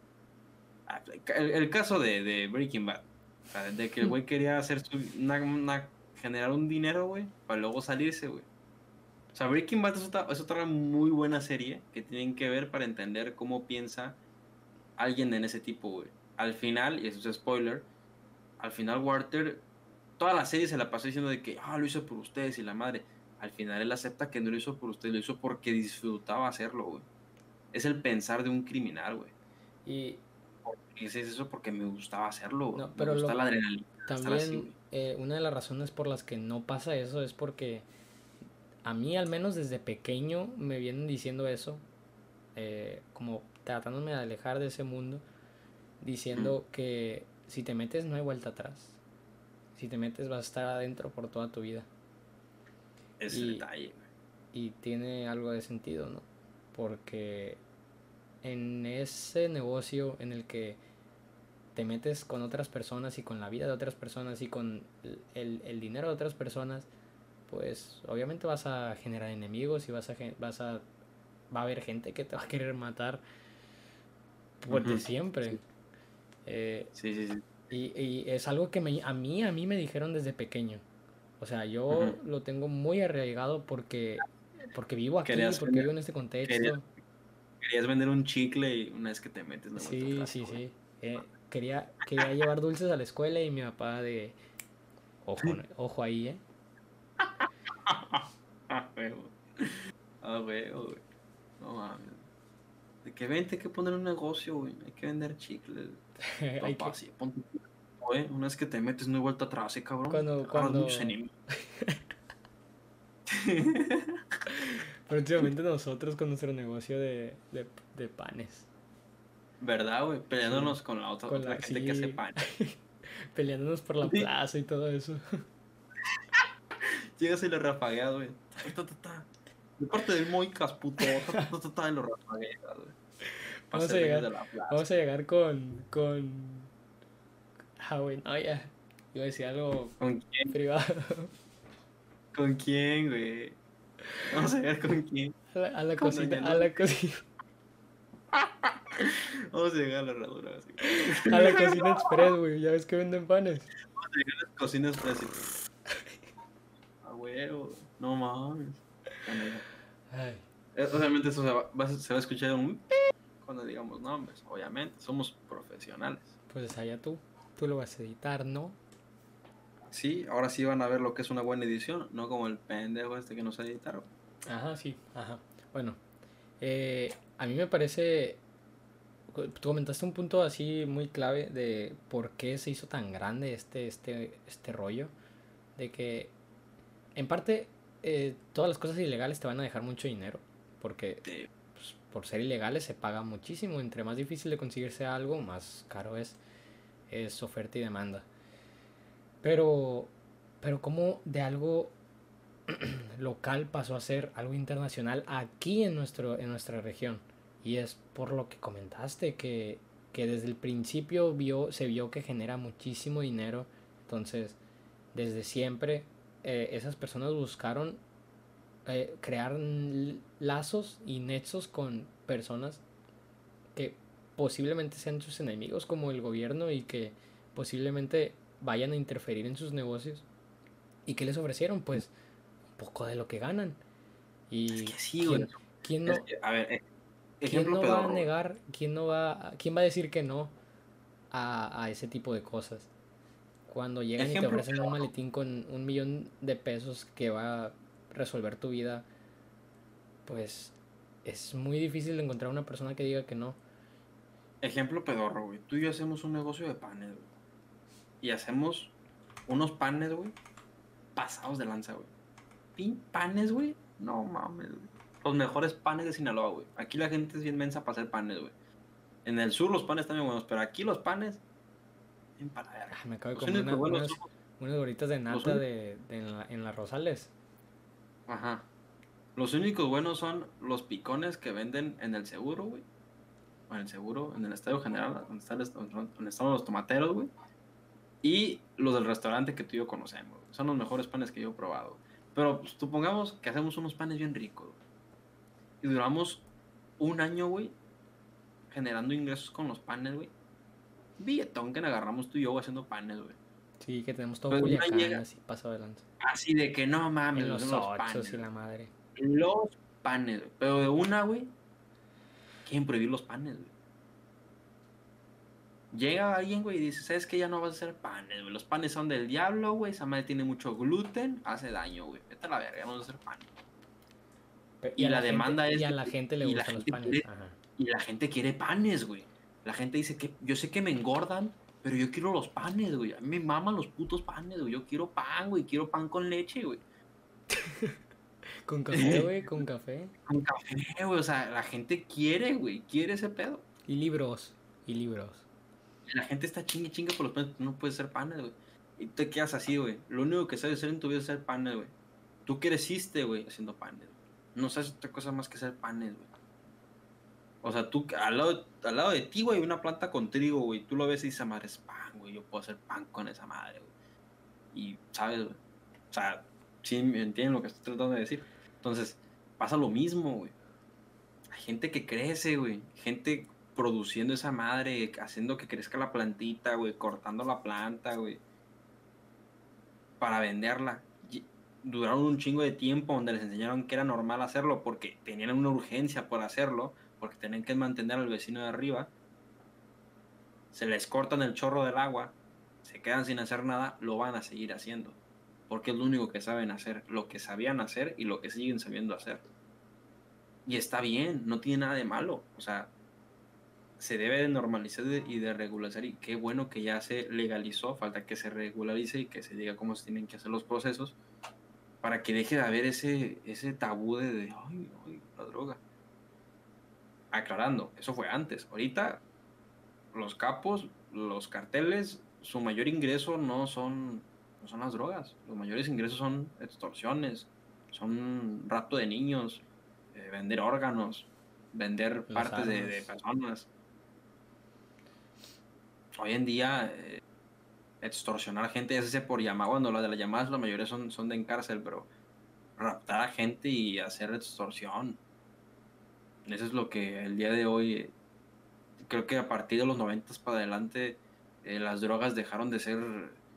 S1: El caso de Breaking Bad. O sea, de que el güey quería hacer generar un dinero, güey, para luego salirse, güey. O sea, Breaking Bad es otra muy buena serie que tienen que ver para entender cómo piensa alguien en ese tipo, güey. Al final, y eso es spoiler, al final Walter, toda la serie se la pasó diciendo de que, lo hizo por ustedes y la madre. Al final él acepta que no lo hizo por ustedes, lo hizo porque disfrutaba hacerlo, güey. Es el pensar de un criminal, güey.
S2: y
S1: Hice eso porque me gustaba hacerlo, güey.
S2: no,
S1: Me
S2: pero
S1: gusta la adrenalina de estar así,
S2: también
S1: güey.
S2: una de las razones por las que no pasa eso es porque a mí al menos desde pequeño me vienen diciendo eso, como tratándome de alejar de ese mundo,
S1: Mm,
S2: diciendo que si te metes no hay vuelta atrás, si te metes vas a estar adentro por toda tu vida.
S1: ese
S2: Y,
S1: detalle, güey.
S2: y tiene algo de sentido, ¿no? Porque en ese negocio en el que te metes con otras personas y con la vida de otras personas y con el dinero de otras personas, pues obviamente vas a generar enemigos y va a haber gente que te va a querer matar pues de
S1: Ujú.
S2: siempre.
S1: Sí,
S2: Eh,
S1: sí, sí, sí.
S2: y es algo que a mí me dijeron desde pequeño. O sea, yo
S1: Ujú.
S2: lo tengo muy arraigado porque vivo aquí,
S1: Querías
S2: porque
S1: vender,
S2: vivo en este
S1: querías,
S2: contexto.
S1: querías vender un chicle y una vez que te metes no hay vuelta
S2: Sí,
S1: atrás,
S2: sí,
S1: güey.
S2: sí. Quería llevar dulces a la escuela y mi papá de, ojo, ojo ahí, ¿eh?
S1: huevo. A huevo, güey. No mames. De que vente, hay que poner un negocio, güey. Hay que vender chicles.
S2: Hay
S1: Papá,
S2: que,
S1: sí, ponte. Güey, una vez que te metes, no hay vuelta atrás, cabrón. Te
S2: cuando,
S1: agarras muchos
S2: cuando,
S1: enemigos.
S2: próximamente nosotros con nuestro negocio de panes.
S1: ¿Verdad, güey?
S2: Sí,
S1: Peleándonos con la otra,
S2: con
S1: otra
S2: la,
S1: gente que hace
S2: sí,
S1: pan.
S2: peleándonos por la
S1: Sí.
S2: plaza y todo eso.
S1: Llegas y le rafagueas, güey. Ta, ta, ta. De parte del Moicas, puto. Ta, ta, ta, ta, y lo rafagueas, güey. Para
S2: Vamos a
S1: ser dueños
S2: llegar,
S1: de la plaza.
S2: vamos a llegar güey, no, ya, iba a decir algo
S1: ¿Con quién?
S2: privado.
S1: ¿Con quién, güey? Vamos a ver con quién.
S2: A la
S1: Con
S2: cocina,
S1: Doña
S2: a
S1: Luz.
S2: la cocina,
S1: Vamos a llegar a la herradura, así.
S2: a la cocina express, güey, ya ves que venden panes.
S1: Vamos a llegar a las cocinas para decir, a huevo, no mames. Bueno, ya.
S2: Ay,
S1: Obviamente eso se va a escuchar un cuando digamos nombres, obviamente, somos profesionales.
S2: pues allá tú lo vas a editar, ¿no?
S1: Sí, ahora sí van a ver lo que es una buena edición, no como el pendejo este que no sabe editar.
S2: Ajá, sí, ajá. Bueno, a mí me parece, tú comentaste un punto así muy clave de por qué se hizo tan grande este rollo, de que en parte todas las cosas ilegales te van a dejar mucho dinero, porque
S1: Sí.
S2: pues, por ser ilegales se paga muchísimo, entre más difícil de conseguirse algo, más caro es oferta y demanda. Pero, pero como de algo local pasó a ser algo internacional aquí en nuestra región. Y es por lo que comentaste, que desde el principio se vio que genera muchísimo dinero. Entonces, desde siempre, esas personas buscaron crear lazos y nexos con personas que posiblemente sean sus enemigos, como el gobierno, y que posiblemente vayan a interferir en sus negocios. ¿Y qué les ofrecieron? Pues un poco de lo que ganan.
S1: Es
S2: Y
S1: que sí, güey.
S2: quién
S1: Es
S2: no,
S1: que, a ver,
S2: quién
S1: ejemplo
S2: no va a
S1: pedorro, güey.
S2: negar, quién va a decir que no a ese tipo de cosas? Cuando llegan y te
S1: Ejemplo
S2: ofrecen un
S1: pedorro.
S2: maletín con 1 millón de pesos que va a resolver tu vida, pues es muy difícil encontrar una persona que diga que no.
S1: Ejemplo pedorro, güey. Tú y yo hacemos un negocio de panes, güey. Y hacemos unos panes, güey, pasados de lanza, güey. Panes, güey. No mames, güey. Los mejores panes de Sinaloa, güey. Aquí la gente es bien mensa para hacer panes, güey. En el sur los panes están bien buenos, pero aquí los panes, bien para la verga.
S2: Me acabo de
S1: Los
S2: comer
S1: únicos buenos son
S2: unas gorritas de
S1: los
S2: nata
S1: únicos.
S2: en la Rosales.
S1: Ajá. Los únicos buenos son los picones que venden en el seguro, güey. O en el seguro, en el estadio general, donde están los tomateros, güey. Y los del restaurante que tú y yo conocemos, güey. Son los mejores panes que yo he probado. Pero pues, supongamos que hacemos unos panes bien ricos, güey. Y duramos un año, güey, generando ingresos con los panes, güey. Billetón que agarramos tú y yo güey, haciendo panes, güey.
S2: Sí, que tenemos todo
S1: Pero una
S2: Culiacán,
S1: llega
S2: así pasado adelante.
S1: así de que no mames,
S2: En
S1: güey, son
S2: los
S1: los
S2: ochos
S1: panes,
S2: y
S1: güey.
S2: la madre.
S1: Los panes, güey. Pero de una, güey, quieren prohibir los panes, güey. Llega alguien, güey, y dice, ¿sabes qué? Ya no vas a hacer panes, güey. Los panes son del diablo, güey. Esa madre tiene mucho gluten, hace daño, güey. Vete a la verga, ya no vas a hacer panes. Y la demanda es
S2: Y a
S1: de
S2: la
S1: que,
S2: gente le
S1: y la
S2: gustan los
S1: gente
S2: panes.
S1: quiere,
S2: Ajá.
S1: y la gente quiere panes, güey. La gente dice que yo sé que me engordan, pero yo quiero los panes, güey. A mí me maman los putos panes, güey. Yo quiero pan, güey. Quiero pan con leche, güey.
S2: Con café, güey, con café.
S1: Con café, güey. O sea, la gente quiere, güey. Quiere ese pedo.
S2: Y libros. Y libros.
S1: La gente está chingue chingue por los panes. Tú no puedes hacer panes, güey. Y te quedas así, güey. Lo único que sabes hacer en tu vida es hacer panes, güey. Tú creciste, güey, haciendo panes, güey. No sabes otra cosa más que hacer panes, güey. O sea, tú al lado de ti, güey, hay una planta con trigo, güey. Tú lo ves y dices, madre, es pan, güey. Yo puedo hacer pan con esa madre, güey. Y, ¿sabes, güey? O sea, sí me entienden lo que estoy tratando de decir. Entonces, pasa lo mismo, güey. Hay gente que crece, güey. Gente produciendo esa madre, haciendo que crezca la plantita, güey. Cortando la planta, güey. Para venderla. Duraron un chingo de tiempo donde les enseñaron que era normal hacerlo porque tenían una urgencia por hacerlo, porque tenían que mantener al vecino de arriba. Se les cortan el chorro del agua, se quedan sin hacer nada, lo van a seguir haciendo. porque es lo único que saben hacer, lo que sabían hacer y lo que siguen sabiendo hacer. Y está bien, no tiene nada de malo. O sea, se debe de normalizar y de regularizar y qué bueno que ya se legalizó, falta que se regularice y que se diga cómo se tienen que hacer los procesos para que deje de haber ese tabú ay, ay, la droga. Aclarando, eso fue antes. Ahorita los capos, los carteles, su mayor ingreso no son las drogas. Los mayores ingresos son extorsiones, son rapto de niños, vender órganos, vender
S2: Las
S1: partes de
S2: armas.
S1: personas. Hoy en día, extorsionar gente, ya sea por llamada, bueno, las de las llamadas, la mayoría son de encárcel, pero raptar a gente y hacer extorsión. Eso es lo que el día de hoy, creo que a partir de los 90 para adelante, las drogas dejaron de ser,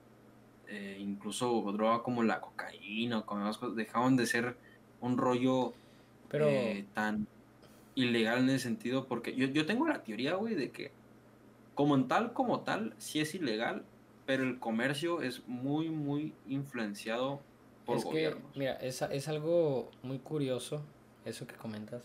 S1: incluso droga como la cocaína, o como demás cosas, dejaron de ser un rollo
S2: Pero,
S1: tan ilegal en ese sentido, porque yo tengo la teoría, güey, de que como tal, sí es ilegal, pero el comercio es muy, muy influenciado por
S2: es que,
S1: gobiernos.
S2: mira, es algo muy curioso eso que comentas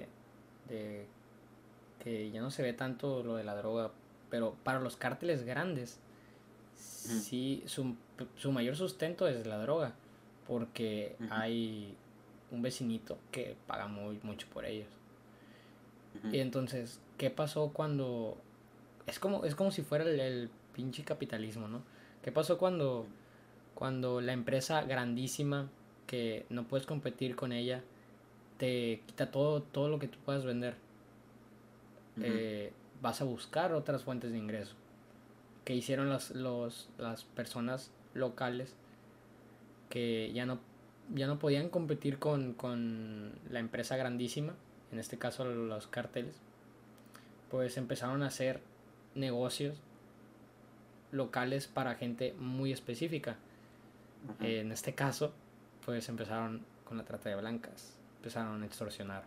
S2: de que ya no se ve tanto lo de la droga, pero para los cárteles grandes,
S1: Ujú,
S2: sí, su mayor sustento es la droga, porque
S1: ujú,
S2: hay un vecinito que paga mucho por ellos.
S1: ujú,
S2: Y entonces, ¿qué pasó cuando... es como si fuera el pinche capitalismo, ¿no? ¿Qué pasó cuando la empresa grandísima que no puedes competir con ella te quita todo lo que tú puedas vender?
S1: ujú,
S2: Vas a buscar otras fuentes de ingreso. Que hicieron las personas locales que ya no podían competir con la empresa grandísima, en este caso los carteles, pues empezaron a hacer negocios locales para gente muy específica.
S1: ujú.
S2: En este caso, pues empezaron con la trata de blancas, empezaron a extorsionar.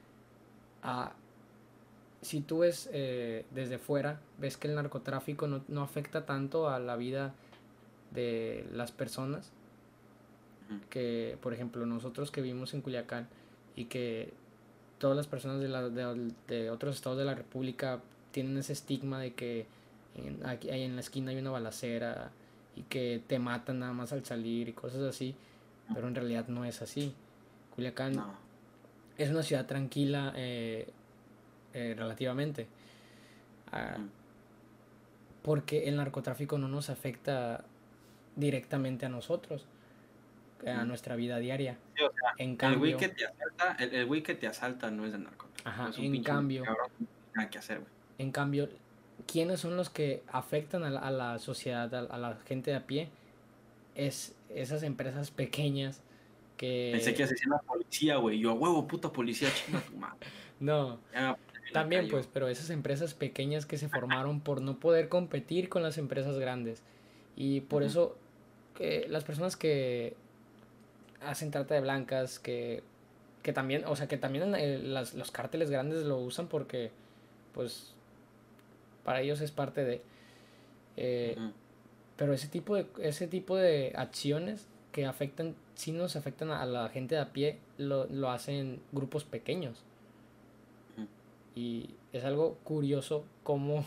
S2: Ah, si tú ves desde fuera, ves que el narcotráfico no afecta tanto a la vida de las personas,
S1: Ujú.
S2: que por ejemplo nosotros que vivimos en Culiacán y que todas las personas de otros estados de la República tienen ese estigma de que aquí en la esquina hay una balacera y que te matan nada más al salir y cosas así, pero en realidad no es así. Culiacán
S1: No.
S2: es una ciudad tranquila relativamente, ah,
S1: Ujú.
S2: porque el narcotráfico no nos afecta directamente a nosotros, a
S1: Ujú.
S2: nuestra vida diaria.
S1: Sí, o sea,
S2: En
S1: el güey
S2: cambio,
S1: que te asalta, el güey que te asalta no es de narcotráfico,
S2: ajá,
S1: es un pinche cabrón que no tiene nada que hacer, güey.
S2: en cambio, ¿quiénes son los que afectan a la sociedad, a la gente de a pie? Es esas empresas pequeñas
S1: Pensé que
S2: que...
S1: asesina a la policía, güey. Yo, a huevo, puta policía, chinga tu madre.
S2: No,
S1: Ya me
S2: también pues,
S1: cayó.
S2: pero esas empresas pequeñas que se formaron por no poder competir con las empresas grandes. Y por
S1: Ujú,
S2: eso que las personas que hacen trata de blancas, que también, o sea, que también los cárteles grandes lo usan porque, pues, para ellos es parte de... eh,
S1: ujú,
S2: pero ese tipo de acciones que afectan, sí nos afectan a la gente de a pie, lo hacen grupos pequeños.
S1: ujú.
S2: Y es algo curioso como,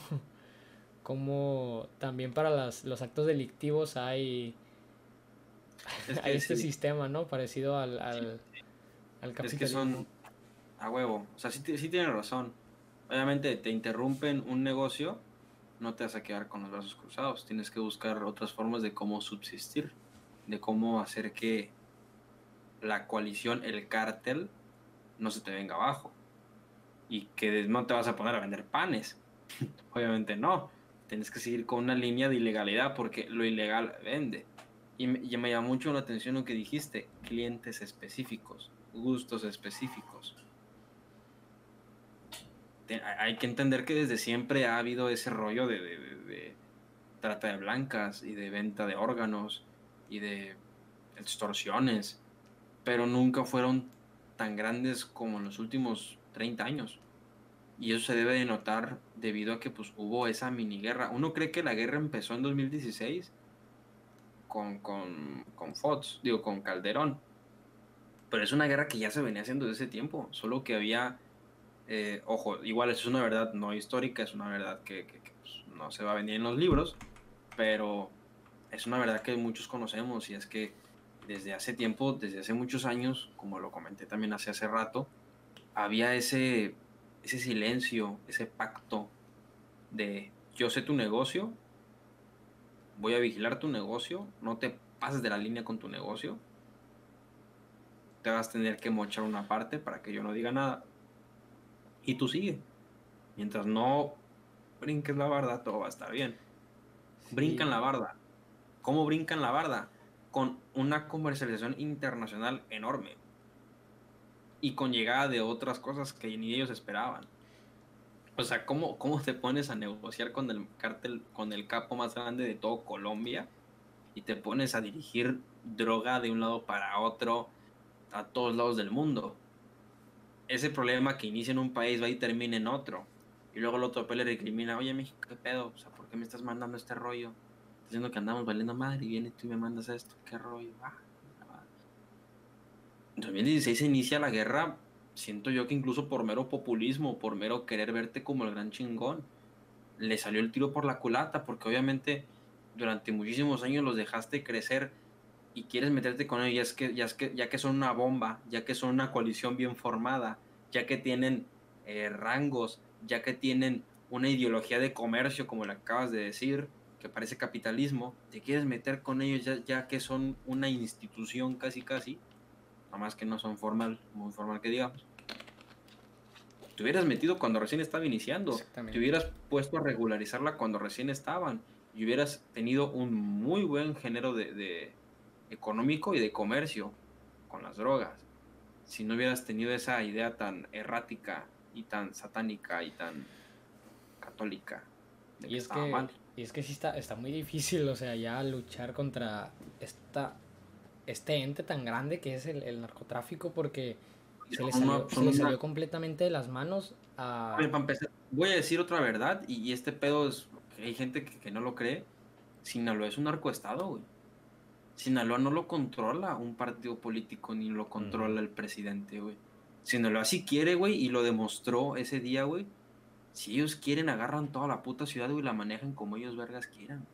S2: como también para los actos delictivos
S1: Es
S2: hay
S1: que
S2: este
S1: sí,
S2: sistema, ¿no? Parecido
S1: sí,
S2: al
S1: es que
S2: capitalismo.
S1: son a huevo. O sea, sí, sí tienen razón. Obviamente te interrumpen un negocio, no te vas a quedar con los brazos cruzados. Tienes que buscar otras formas de cómo subsistir, de cómo hacer que la coalición, el cártel, no se te venga abajo. Y que no te vas a poner a vender panes. Obviamente no. Tienes que seguir con una línea de ilegalidad porque lo ilegal vende. Y me llamó mucho la atención lo que dijiste, clientes específicos, gustos específicos. Hay que entender que desde siempre ha habido ese rollo de trata de blancas y de venta de órganos y de extorsiones, pero nunca fueron tan grandes como en los últimos 30 años. Y eso se debe de notar debido a que pues hubo esa mini guerra. Uno cree que la guerra empezó en 2016 con Fox, digo, con Calderón. Pero es una guerra que ya se venía haciendo desde ese tiempo, solo que había, ojo, igual eso es una verdad no histórica, es una verdad que, pues, no se va a venir en los libros, pero es una verdad que muchos conocemos y es que desde hace tiempo, desde hace muchos años, como lo comenté también hace rato, había ese silencio, ese pacto de yo sé tu negocio, voy a vigilar tu negocio, no te pases de la línea con tu negocio, te vas a tener que mochar una parte para que yo no diga nada y tú sigue. Mientras no brinques la barda, todo va a estar bien. Brincan
S2: Sí,
S1: la barda. ¿Cómo brincan la barda? Con una comercialización internacional enorme y con llegada de otras cosas que ni ellos esperaban. O sea, ¿cómo te pones a negociar con el cártel, con el capo más grande de todo Colombia y te pones a dirigir droga de un lado para otro a todos lados del mundo? Ese problema que inicia en un país va y termina en otro. Y luego el otro país le recrimina, oye México, ¿qué pedo? O sea, ¿por qué me estás mandando este rollo? Estás diciendo que andamos valiendo madre y vienes tú y me mandas esto. ¿Qué rollo? En 2016 se inicia la guerra, siento yo que incluso por mero populismo, por mero querer verte como el gran chingón, le salió el tiro por la culata, porque obviamente durante muchísimos años los dejaste crecer y quieres meterte con ellos, ya que son una bomba, ya que son una coalición bien formada, ya que tienen rangos, ya que tienen una ideología de comercio, como le acabas de decir, que parece capitalismo, te quieres meter con ellos ya que son una institución casi casi, nada más que no son formal, muy formal que digamos. Te hubieras metido cuando recién estaba iniciando, te
S2: exactamente.
S1: hubieras puesto a regularizarla cuando recién estaban y hubieras tenido un muy buen género de económico y de comercio con las drogas. Si no hubieras tenido esa idea tan errática y tan satánica y tan católica de
S2: Y
S1: que
S2: es
S1: estaba
S2: que,
S1: mal.
S2: y es que sí está muy difícil, o sea, ya luchar contra este ente tan grande que es el narcotráfico porque se le salió completamente de las manos a...
S1: Oye, para empezar, voy a decir otra verdad y este pedo es que hay gente que no lo cree. Sinaloa es un narcoestado, güey. Sinaloa no lo controla un partido político ni lo
S2: Ujú.
S1: controla el presidente, güey. Sinaloa sí quiere, güey, y lo demostró ese día, güey. Si ellos quieren, agarran toda la puta ciudad, güey, y la manejan como ellos vergas quieran.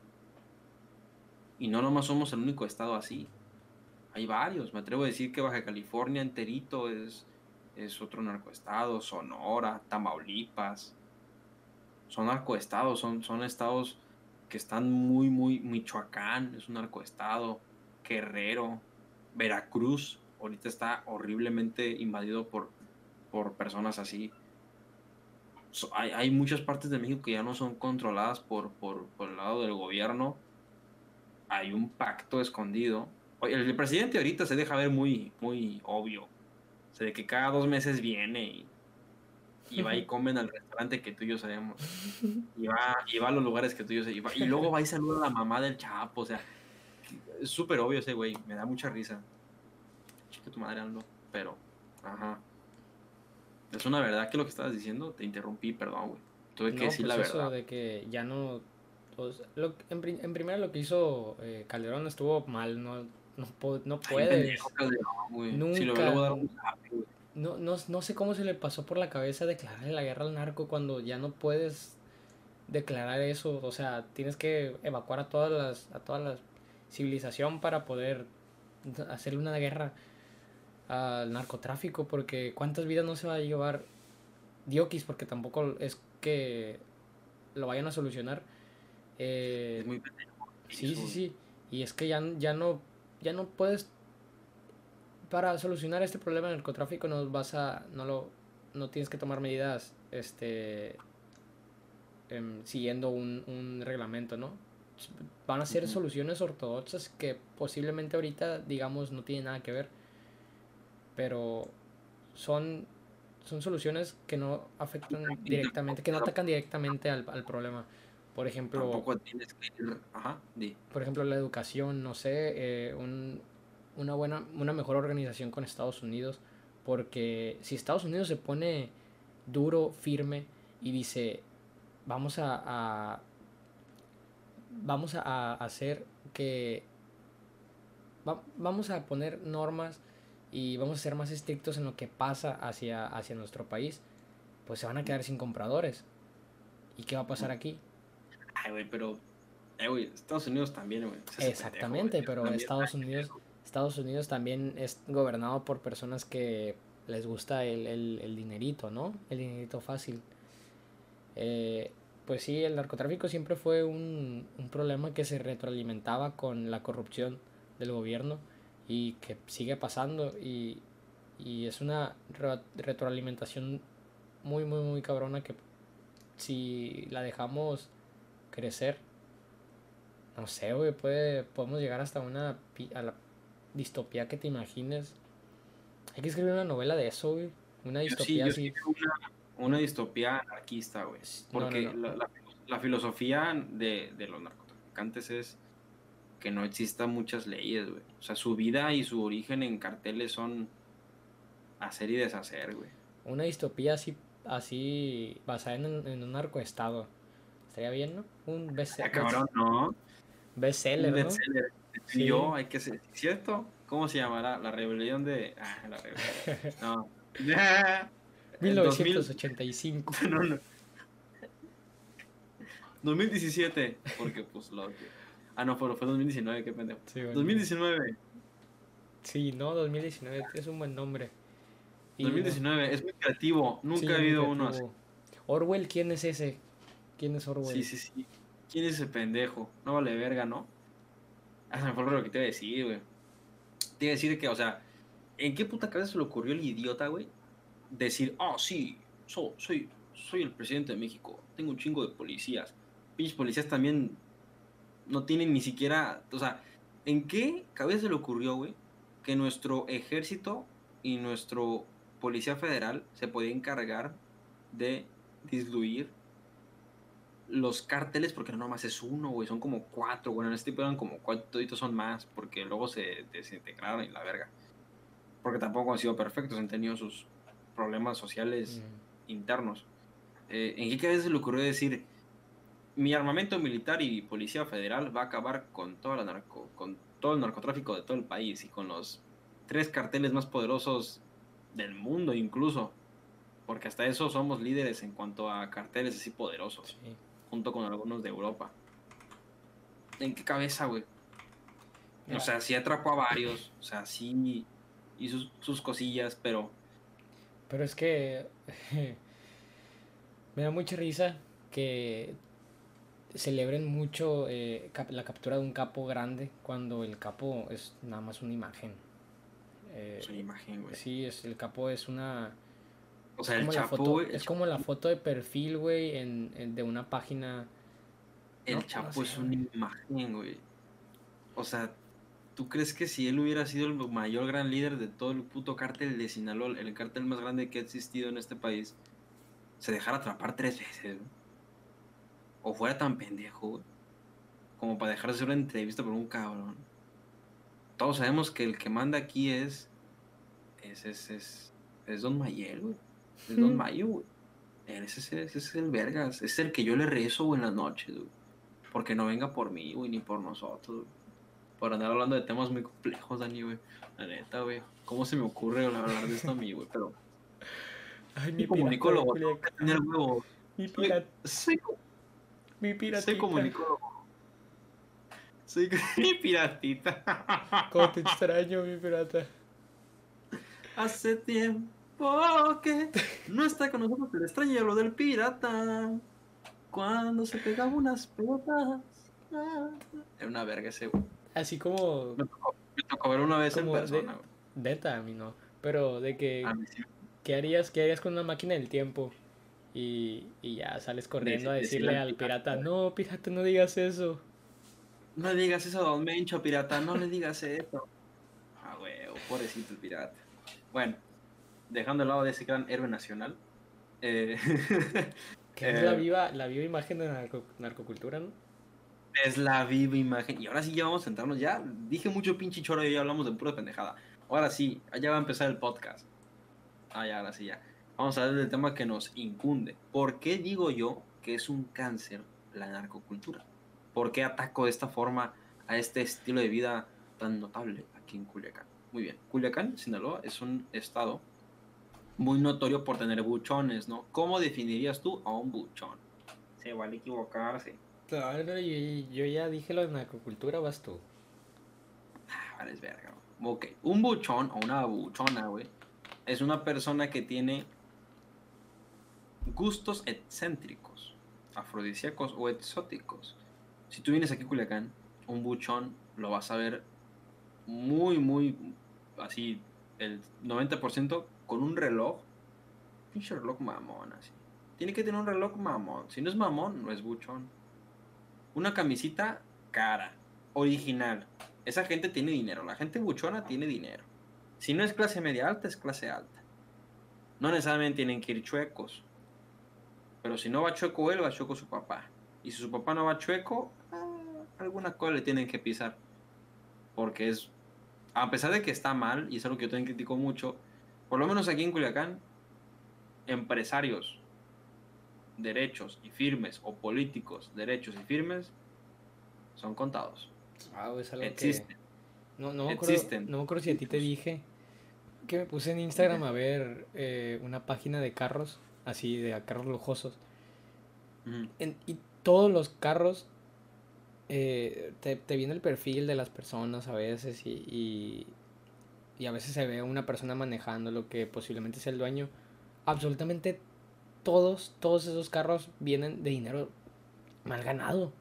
S1: Y no nomás somos el único estado así. Hay varios. Me atrevo a decir que Baja California enterito es otro narcoestado. Sonora, Tamaulipas. Son narcoestados, son estados que están muy, Michoacán es un narcoestado, Guerrero, Veracruz, ahorita está horriblemente invadido por personas así. Hay muchas partes de México que ya no son controladas por el lado del gobierno, hay un pacto escondido. Oye, el presidente ahorita se deja ver muy obvio, o sea, de que cada 2 meses viene y va y comen al restaurante que tú y yo sabemos. Y va a los lugares que tú y yo sé. Y luego va y saluda a la mamá del Chapo. O sea, es súper obvio ese güey. Me da mucha risa. Chica tu madre, Aldo. Pero, ajá. Es una verdad que lo que estabas diciendo. Te interrumpí, perdón, güey. Tuve que
S2: No,
S1: decir
S2: pues
S1: la
S2: eso
S1: verdad.
S2: de que ya no... Pues, en primera lo que hizo Calderón estuvo mal, no
S1: Está bien pendejo,
S2: puedes,
S1: Calderón, güey. Si lo veo, le
S2: nunca,
S1: voy a dar un zape, güey.
S2: no sé cómo se le pasó por la cabeza declararle la guerra al narco cuando ya no puedes declarar eso, o sea, tienes que evacuar a toda la civilización para poder hacerle una guerra al narcotráfico, porque cuántas vidas no se va a llevar Diokis, porque tampoco es que lo vayan a solucionar.
S1: Es
S2: Eh,
S1: muy pendejo lo que
S2: sí,
S1: hizo,
S2: sí,
S1: güey.
S2: sí, y es que ya no puedes, para solucionar este problema del narcotráfico no tienes que tomar medidas, siguiendo un reglamento, ¿no? Van a ser
S1: Ujú.
S2: soluciones ortodoxas que posiblemente ahorita, digamos, no tienen nada que ver, pero son, son soluciones que no afectan
S1: Y
S2: directamente, que no atacan directamente al problema. Por ejemplo,
S1: tampoco tienes que ir. Ajá, di.
S2: la educación, no sé, una mejor organización con Estados Unidos, porque si Estados Unidos se pone duro, firme y dice, vamos a, a vamos a hacer que vamos a poner normas y vamos a ser más estrictos en lo que pasa hacia nuestro país, pues se van a quedar sin compradores. ¿Y qué va a pasar aquí?
S1: Ay, güey, pero, güey, Estados Unidos también, güey. Es ese pendejo, güey.
S2: Exactamente,
S1: Es
S2: pero
S1: una mierda.
S2: Estados Unidos también es gobernado por personas que les gusta el dinerito, ¿no? El dinerito fácil. Eh, pues sí, el narcotráfico siempre fue un problema que se retroalimentaba con la corrupción del gobierno y que sigue pasando y es una retroalimentación muy, muy, muy cabrona que si la dejamos crecer, no sé, güey, podemos llegar hasta a la distopía que te imagines. Hay que escribir una novela de eso, güey. Una distopía
S1: Yo sí
S2: así.
S1: veo una distopía anarquista, güey.
S2: No, no,
S1: Porque
S2: no.
S1: la filosofía de los narcotraficantes es que no existan muchas leyes, güey. O sea, su vida y su origen en carteles son hacer y deshacer, güey.
S2: Una distopía así basada en un narcoestado. Estaría bien, ¿no?
S1: Ah, cabrón, no. Un
S2: Bestseller, ¿no?
S1: bestseller. Tú y
S2: Sí.
S1: yo, hay que ser. ¿Cierto? ¿Cómo se llamará? La rebelión de. Ah, la rebelión. No. El 2000.
S2: 1985.
S1: No, no. 2017. Porque, pues, lo que. Ah, no, pero fue 2019, qué pendejo.
S2: Sí, bueno.
S1: 2019.
S2: Sí, no, 2019 es un buen nombre. Y no,
S1: 2019. Es muy creativo. Nunca
S2: sí,
S1: ha
S2: muy
S1: habido uno así.
S2: creativo. Orwell, ¿quién es ese? ¿Quién es
S1: Sí,
S2: Orwell?
S1: sí, sí. ¿Quién es ese pendejo? No vale verga, ¿no? Ah, se me fue lo que te iba a decir, güey. Te iba a decir que, o sea, ¿en qué puta cabeza se le ocurrió el idiota, güey? Decir, oh, sí, soy el presidente de México, tengo un chingo de policías. Pinches policías también no tienen ni siquiera, o sea, ¿en qué cabeza se le ocurrió, güey, que nuestro ejército y nuestro policía federal se podía encargar de disluir los cárteles? Porque no nomás es uno, güey, son como cuatro, bueno, en este tipo eran como cuatro, toditos son más, porque luego se desintegraron y la verga. Porque tampoco han sido perfectos, han tenido sus problemas sociales
S2: Mm.
S1: internos. ¿En qué cabeza se le ocurrió decir, mi armamento militar y policía federal va a acabar con con todo el narcotráfico de todo el país y con los tres carteles más poderosos del mundo incluso? Porque hasta eso somos líderes en cuanto a carteles así poderosos,
S2: Sí.
S1: junto con algunos de Europa. ¿En qué cabeza, güey? O
S2: Mira,
S1: sea, sí atrapó a varios, o sea, sí hizo sus cosillas, pero
S2: pero es que me da mucha risa que celebren mucho la captura de un capo grande cuando el capo es nada más una imagen.
S1: es una imagen, güey.
S2: Sí, el capo es una.
S1: O sea, el Chapo, güey,
S2: Es como la foto de perfil, güey, de una página.
S1: El
S2: No
S1: Chapo
S2: sé,
S1: es una
S2: güey.
S1: imagen, güey. O sea, ¿tú crees que si él hubiera sido el mayor gran líder de todo el puto cártel de Sinaloa, el cártel más grande que ha existido en este país, se dejara atrapar tres veces, güey? O fuera tan pendejo, güey, como para dejarse hacer una entrevista por un cabrón. Todos sabemos que el que manda aquí es Don Mayel, güey. Es Don Mayo, güey. Ese es el vergas. Es el que yo le rezo, güey, en las noches, güey. Porque no venga por mí, güey, ni por nosotros, güey. Por andar hablando de temas muy complejos, Dani, güey. La neta, güey. ¿Cómo se me ocurre hablar de esto a mí, güey? Pero
S2: Ay,
S1: soy
S2: mi pirata de
S1: comunicólogo, tengo que tener
S2: Culiacán.
S1: huevos.
S2: Mi
S1: Soy,
S2: pirata,
S1: soy,
S2: mi
S1: soy
S2: piratita.
S1: comunicólogo. Soy mi piratita.
S2: Cómo te extraño, mi pirata.
S1: Hace tiempo que no está con nosotros el extraño lo del pirata. Cuando se pegaba unas pelotas. Era una verga ese, güey.
S2: Así como,
S1: Me tocó ver una vez en
S2: como
S1: persona, güey.
S2: neta, a mí no. Pero de que,
S1: A mí sí.
S2: qué harías con una máquina del tiempo? Y ya sales corriendo a
S1: Decirle
S2: decirle
S1: al
S2: al
S1: pirata.
S2: pirata, no, pirata, no digas eso.
S1: No le digas eso a Don Mencho, pirata, no le digas eso. Ah, güey, pobrecito el pirata. Bueno, dejando de lado de ese gran héroe nacional. eh,
S2: Que es
S1: eh,
S2: la viva imagen de narcocultura, ¿no?
S1: es la viva imagen. Y ahora sí ya vamos a centrarnos. Ya dije mucho pinche choro y ya hablamos de pura pendejada. Ahora sí, ya va a empezar el podcast. Ah, ya, ahora sí, ya. Vamos a hablar del tema que nos incunde. ¿Por qué digo yo que es un cáncer la narcocultura? ¿Por qué ataco de esta forma a este estilo de vida tan notable aquí en Culiacán. Muy bien. Culiacán, Sinaloa, es un estado muy notorio por tener buchones, ¿no? ¿Cómo definirías tú a un buchón? Se vale equivocarse.
S2: Claro, yo ya dije lo de narcocultura, vas tú.
S1: Vale, es verga, güey. Ok. Un buchón o una buchona, güey, es una persona que tiene gustos excéntricos, afrodisíacos o exóticos. Si tú vienes aquí a Culiacán, un buchón lo vas a ver muy, muy, así, el 90% con un reloj, pinche reloj mamón, así. Tiene que tener un reloj mamón. Si no es mamón, no es buchón. Una camisita cara, original. Esa gente tiene dinero. La gente buchona tiene dinero. Si no es clase media alta, es clase alta. No necesariamente tienen que ir chuecos. Pero si no va chueco él, va chueco su papá. Y si su papá no va chueco, alguna cosa le tienen que pisar. Porque es, a pesar de que está mal, y es algo que yo también critico mucho, por lo menos aquí en Culiacán, empresarios derechos y firmes o políticos derechos y firmes son contados.
S2: Ah, es algo que...
S1: Existen,
S2: No me acuerdo,
S1: existen.
S2: no me acuerdo si a ti te
S1: Muchos.
S2: dije que me puse en Instagram
S1: Ok.
S2: a ver una página de carros, así de carros lujosos.
S1: Ujú.
S2: Y todos los carros, te viene el perfil de las personas a veces y a veces se ve una persona manejando lo que posiblemente sea el dueño. Absolutamente todos esos carros vienen de dinero mal ganado.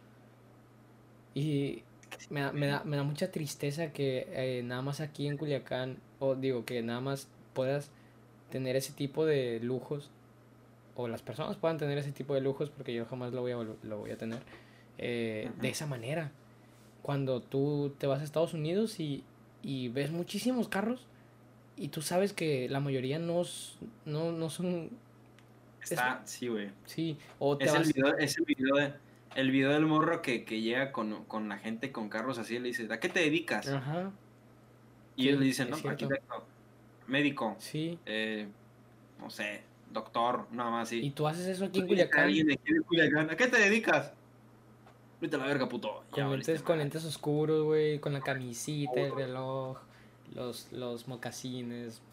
S2: Y me da mucha tristeza que nada más aquí en Culiacán, o digo que nada más puedas tener ese tipo de lujos, o las personas puedan tener ese tipo de lujos, porque yo jamás lo voy a tener, de
S1: Ujú.
S2: esa manera. Cuando tú te vas a Estados Unidos y ves muchísimos carros, y tú sabes que la mayoría no son... Es,
S1: Está, sí, güey.
S2: sí, o te vas...
S1: Es el video del morro que llega con la gente con carros así y le dice, ¿a qué te dedicas?
S2: Ajá,
S1: Y ellos le
S2: sí,
S1: dicen,
S2: es
S1: no,
S2: cierto.
S1: arquitecto, médico,
S2: Sí,
S1: eh, no sé, doctor, nada más
S2: y
S1: así.
S2: tú haces eso aquí
S1: Tú
S2: en
S1: dices a
S2: Culiacán.
S1: alguien de aquí de Culiacán, ¿a qué te dedicas? Vete a la verga, puto. Ya valiste
S2: Con
S1: mal.
S2: lentes oscuros, güey, con la camisita, el reloj, los mocasines.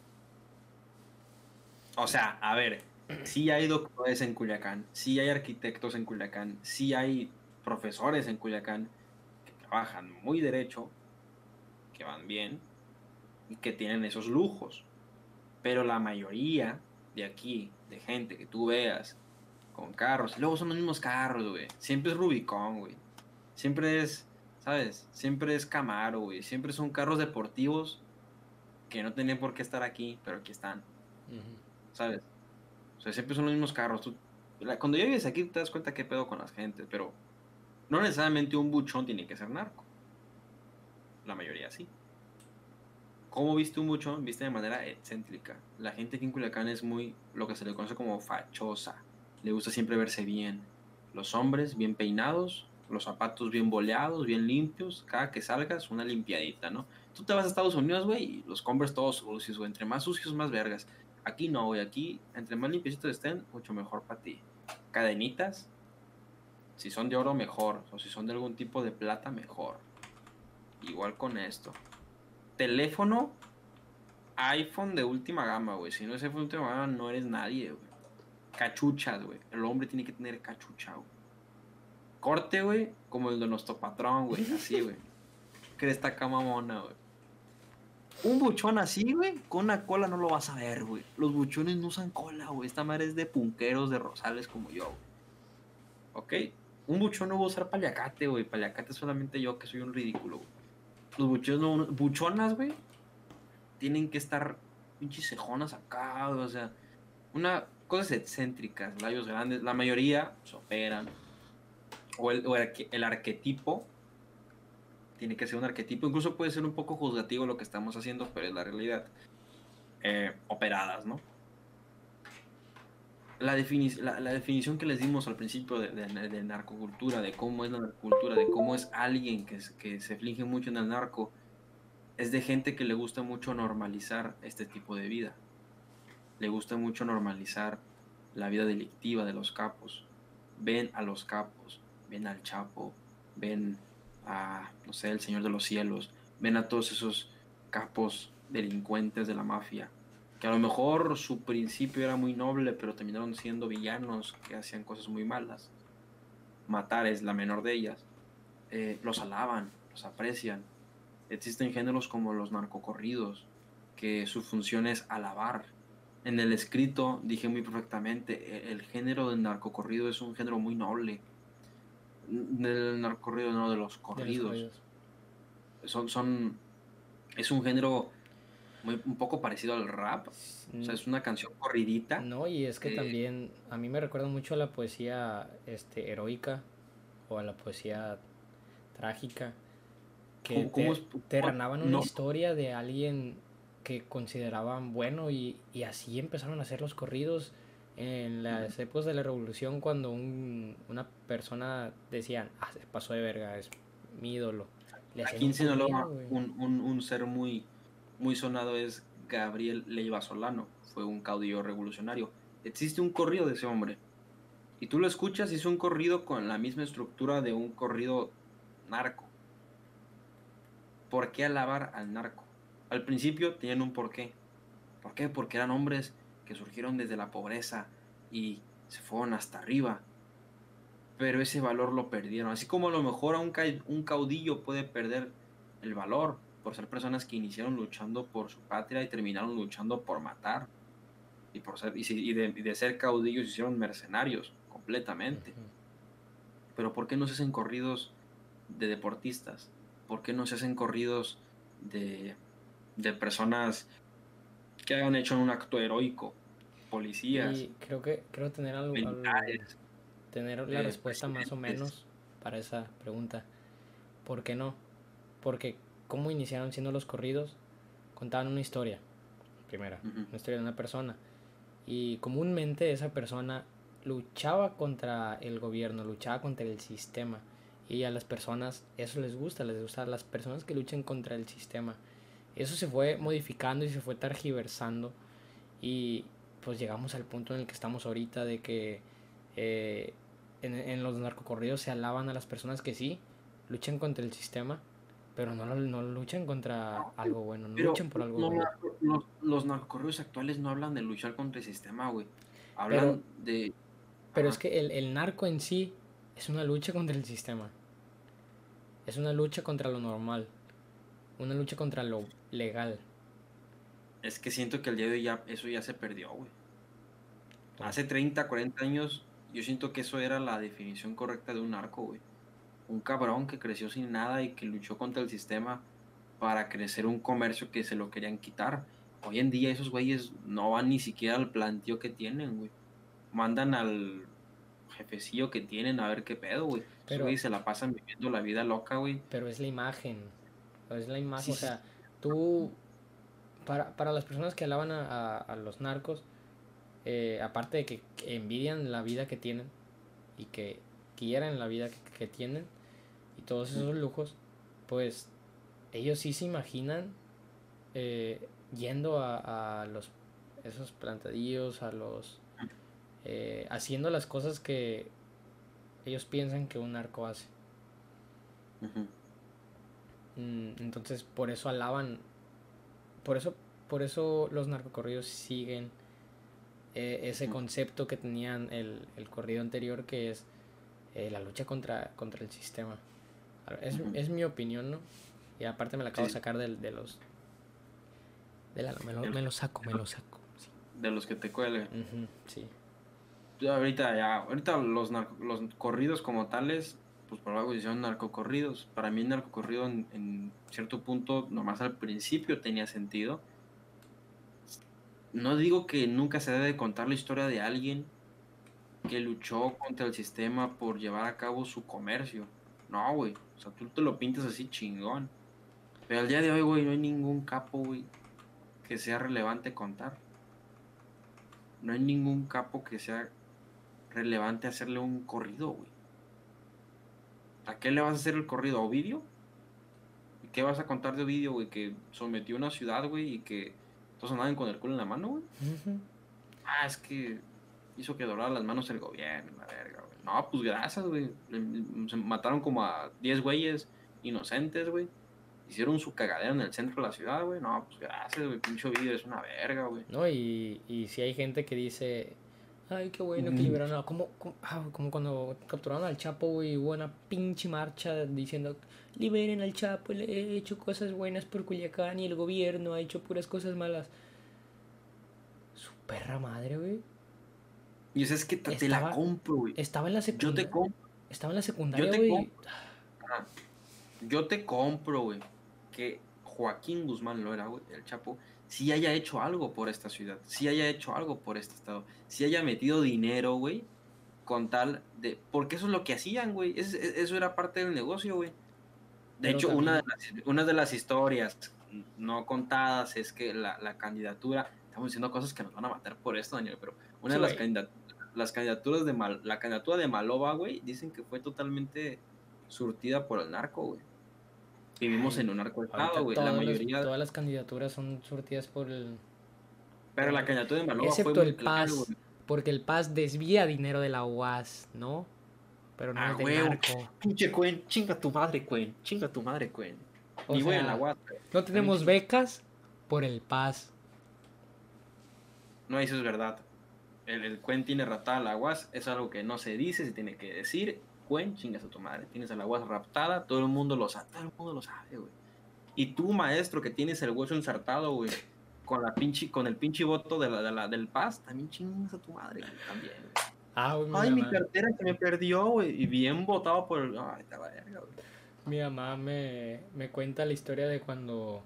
S1: O sea, a ver, sí hay doctores en Culiacán, sí hay arquitectos en Culiacán, sí hay profesores en Culiacán que trabajan muy derecho, que van bien y que tienen esos lujos. Pero la mayoría de aquí, de gente que tú veas con carros, y luego son los mismos carros, güey. Siempre es Rubicon, güey. Siempre es, ¿sabes? Siempre es Camaro, güey. Siempre son carros deportivos que no tenían por qué estar aquí, pero aquí están,
S2: Ujú.
S1: ¿sabes? O sea, siempre son los mismos carros. Cuando ya vives aquí te das cuenta qué pedo con las gentes, pero no necesariamente un buchón tiene que ser narco. La mayoría sí. ¿Cómo viste un buchón? Viste de manera excéntrica. La gente aquí en Culiacán es muy, lo que se le conoce como fachosa. Le gusta siempre verse bien. Los hombres bien peinados, los zapatos bien boleados, bien limpios. Cada que salgas, una limpiadita, ¿no? Tú te vas a Estados Unidos, güey, y los Converse todos sucios, güey. Entre más sucios, más vergas. Aquí no, güey. Aquí, entre más limpiecitos estén, mucho mejor para ti. Cadenitas, si son de oro, mejor. O si son de algún tipo de plata, mejor. Igual con esto. Teléfono iPhone de última gama, güey. Si no es iPhone de última gama, no eres nadie, güey. Cachuchas, güey. El hombre tiene que tener cachucha, güey. Corte, güey, como el de nuestro patrón, güey. Así, güey. Cresta cama mona, güey. Un buchón así, güey, con una cola no lo vas a ver, güey. Los buchones no usan cola, güey. Esta madre es de punqueros, de rosales como yo, güey. ¿Ok? Un buchón no va a usar paliacate, güey. Paliacate solamente yo, que soy un ridículo, güey. Los buchones no... Buchonas, güey, tienen que estar pinches cejonas acá, güey. O sea, cosas excéntricas, labios grandes, la mayoría se operan, el arquetipo tiene que ser un arquetipo, incluso puede ser un poco juzgativo lo que estamos haciendo, pero es la realidad. Operadas, ¿no? La definición que les dimos al principio de narcocultura, de cómo es la narcocultura, de cómo es alguien que se flinge mucho en el narco, es de gente que le gusta mucho normalizar este tipo de vida. Le gusta mucho normalizar la vida delictiva de los capos. Ven a los capos, ven al Chapo, ven a, no sé, el Señor de los Cielos, ven a todos esos capos delincuentes de la mafia, que a lo mejor su principio era muy noble, pero terminaron siendo villanos que hacían cosas muy malas. Matar es la menor de ellas. Los alaban, los aprecian. Existen géneros como los narcocorridos, que su función es alabar. En el escrito dije muy perfectamente, el género del narcocorrido es un género muy noble. Del narcocorrido, no, de los
S2: De los
S1: corridos.
S2: corridos.
S1: Son, es un género un poco parecido al rap. O sea,
S2: Mm,
S1: es una canción corridita.
S2: no, y es que
S1: eh,
S2: también a mí me recuerda mucho a la poesía heroica o a la poesía trágica, que
S1: ¿cómo es?
S2: te narraban una
S1: No,
S2: historia de alguien que consideraban bueno y así empezaron a hacer los corridos en las épocas de la revolución cuando una persona decían, ah, se pasó de verga, es mi ídolo. Le hacían
S1: aquí
S2: un
S1: en
S2: corrido,
S1: Sinaloa,
S2: güey.
S1: un ser muy sonado es Gabriel Leiva Solano. Fue un caudillo revolucionario. Existe un corrido de ese hombre. Y tú lo escuchas y es un corrido con la misma estructura de un corrido narco. ¿Por qué alabar al narco? Al principio tenían un porqué. ¿Por qué? Porque eran hombres que surgieron desde la pobreza y se fueron hasta arriba. Pero ese valor lo perdieron. Así como a lo mejor un caudillo puede perder el valor por ser personas que iniciaron luchando por su patria y terminaron luchando por matar. Y, por ser, y de ser caudillos se hicieron mercenarios completamente.
S2: Ujú.
S1: Pero ¿por qué no se hacen corridos de deportistas? ¿Por qué no se hacen corridos de, de personas que hayan hecho un acto heroico?
S2: Y
S1: Policías,
S2: creo tener
S1: militares,
S2: tener la respuesta más o
S1: presidentes.
S2: menos para esa pregunta. ¿Por qué no? Porque cómo iniciaron siendo los corridos, contaban una historia, primera,
S1: Ujú.
S2: una historia de una persona. Y comúnmente esa persona luchaba contra el gobierno, luchaba contra el sistema. Y a las personas eso les gusta a las personas que luchan contra el sistema. Eso se fue modificando y se fue targiversando. Y pues llegamos al punto en el que estamos ahorita de que eh, en los narcocorridos se alaban a las personas que sí luchan contra el sistema, pero no luchan contra algo bueno, no
S1: Pero
S2: luchan por algo
S1: no,
S2: bueno.
S1: los narcocorridos actuales no hablan de luchar contra el sistema, güey.
S2: Pero,
S1: Hablan de...
S2: pero es
S1: Ajá.
S2: que el narco en sí es una lucha contra el sistema, es una lucha contra lo normal, una lucha contra lo legal.
S1: Es que siento que el día de hoy ya, eso ya se perdió, güey.
S2: ¿No?
S1: Hace 30 40 años, yo siento que eso era la definición correcta de un narco, güey. Un cabrón que creció sin nada y que luchó contra el sistema para crecer un comercio que se lo querían quitar. Hoy en día esos güeyes no van ni siquiera al planteo que tienen, güey. Mandan al jefecillo que tienen a ver qué pedo, güey. Esos
S2: Pero,
S1: güeyes se la pasan viviendo la vida loca, güey.
S2: pero es la imagen,
S1: Sí,
S2: o
S1: sí,
S2: sea, tú, para las personas que alaban a los narcos, aparte de que envidian la vida que tienen y que quieren la vida que tienen y todos
S1: sí.
S2: esos lujos, pues ellos sí se imaginan yendo a los esos plantadillos, a los haciendo las cosas que ellos piensan que un narco hace.
S1: Ujú,
S2: Entonces por eso alaban, por eso, por eso los narcocorridos siguen ese
S1: ujú,
S2: concepto que tenían el corrido anterior, que es la lucha contra el sistema.
S1: ujú.
S2: Es mi opinión, ¿no? Y aparte me la acabo de
S1: Sí,
S2: sacar de los...
S1: de los
S2: me
S1: que,
S2: lo saco, me lo saco. Sí.
S1: de los que te cuelgan.
S2: Sí.
S1: Ahorita los corridos como tales, pues por algo hicieron narcocorridos. Para mí el narcocorrido en cierto punto, nomás al principio tenía sentido. No digo que nunca se debe de contar la historia de alguien que luchó contra el sistema por llevar a cabo su comercio. No, güey. O sea, tú te lo pintas así chingón. Pero al día de hoy, güey, no hay ningún capo, güey, que sea relevante contar. No hay ningún capo que sea relevante hacerle un corrido, güey. ¿A qué le vas a hacer el corrido? ¿A Ovidio? ¿Y qué vas a contar de Ovidio, güey? Que sometió una ciudad, güey, y que todos andaban con el culo en la mano, güey. Ah, es que hizo que doblara las manos el gobierno, la verga, güey. No, pues gracias, güey. Se mataron como a 10 güeyes inocentes, güey. hicieron su cagadero en el centro de la ciudad, güey. No, pues gracias, güey, pinche Ovidio, es una verga, güey.
S2: ¿No? Y si hay gente que dice, ay, qué bueno que liberaron a... Como cuando capturaron al Chapo, güey, hubo una pinche marcha diciendo, liberen al Chapo, le he hecho cosas buenas por Culiacán y el gobierno ha hecho puras cosas malas. Su perra madre, güey.
S1: Y es que te la compro, güey.
S2: Estaba en la secundaria.
S1: Yo te compro.
S2: Estaba en la secundaria, güey.
S1: Yo te compro, güey, que Joaquín Guzmán Loera, güey, el Chapo, sí haya hecho algo por esta ciudad, sí haya hecho algo por este estado, sí haya metido dinero, güey, con tal de... Porque eso es lo que hacían, güey, eso era parte del negocio, güey. De hecho,
S2: también...
S1: una de las historias no contadas es que la candidatura, estamos diciendo cosas que nos van a matar por esto, Daniel, pero una
S2: sí,
S1: de las candidaturas la candidatura de Maloba, güey, dicen que fue totalmente surtida por el narco, güey. Vivimos en un narcoestado, güey. La mayoría.
S2: Todas las candidaturas son surtidas por el...
S1: Pero la candidatura de Maloba fue
S2: excepto
S1: muy
S2: el PAS,
S1: claro, güey.
S2: porque el PAS desvía dinero de la UAS, ¿no? Pero no es del narco.
S1: Pinche Cuen, chinga tu madre, Cuen. Chinga tu madre, Cuen.
S2: Ni voy en la UAS. No tenemos becas por el PAS.
S1: No, eso es verdad. El Cuen tiene raptada la UAS. Es algo que no se dice, se tiene que decir. Cuen, chingas a tu madre. Tienes a la UAS raptada, todo el mundo lo sabe. Todo el mundo lo sabe, güey. Y tú, maestro, que tienes el hueso ensartado, güey, con el pinche voto del PAS, también chingas a tu madre, güey, también, güey. Ay, mi cartera se me perdió, güey, y bien votado por el... Ay, te va verga, güey.
S2: Mi mamá me cuenta la historia de cuando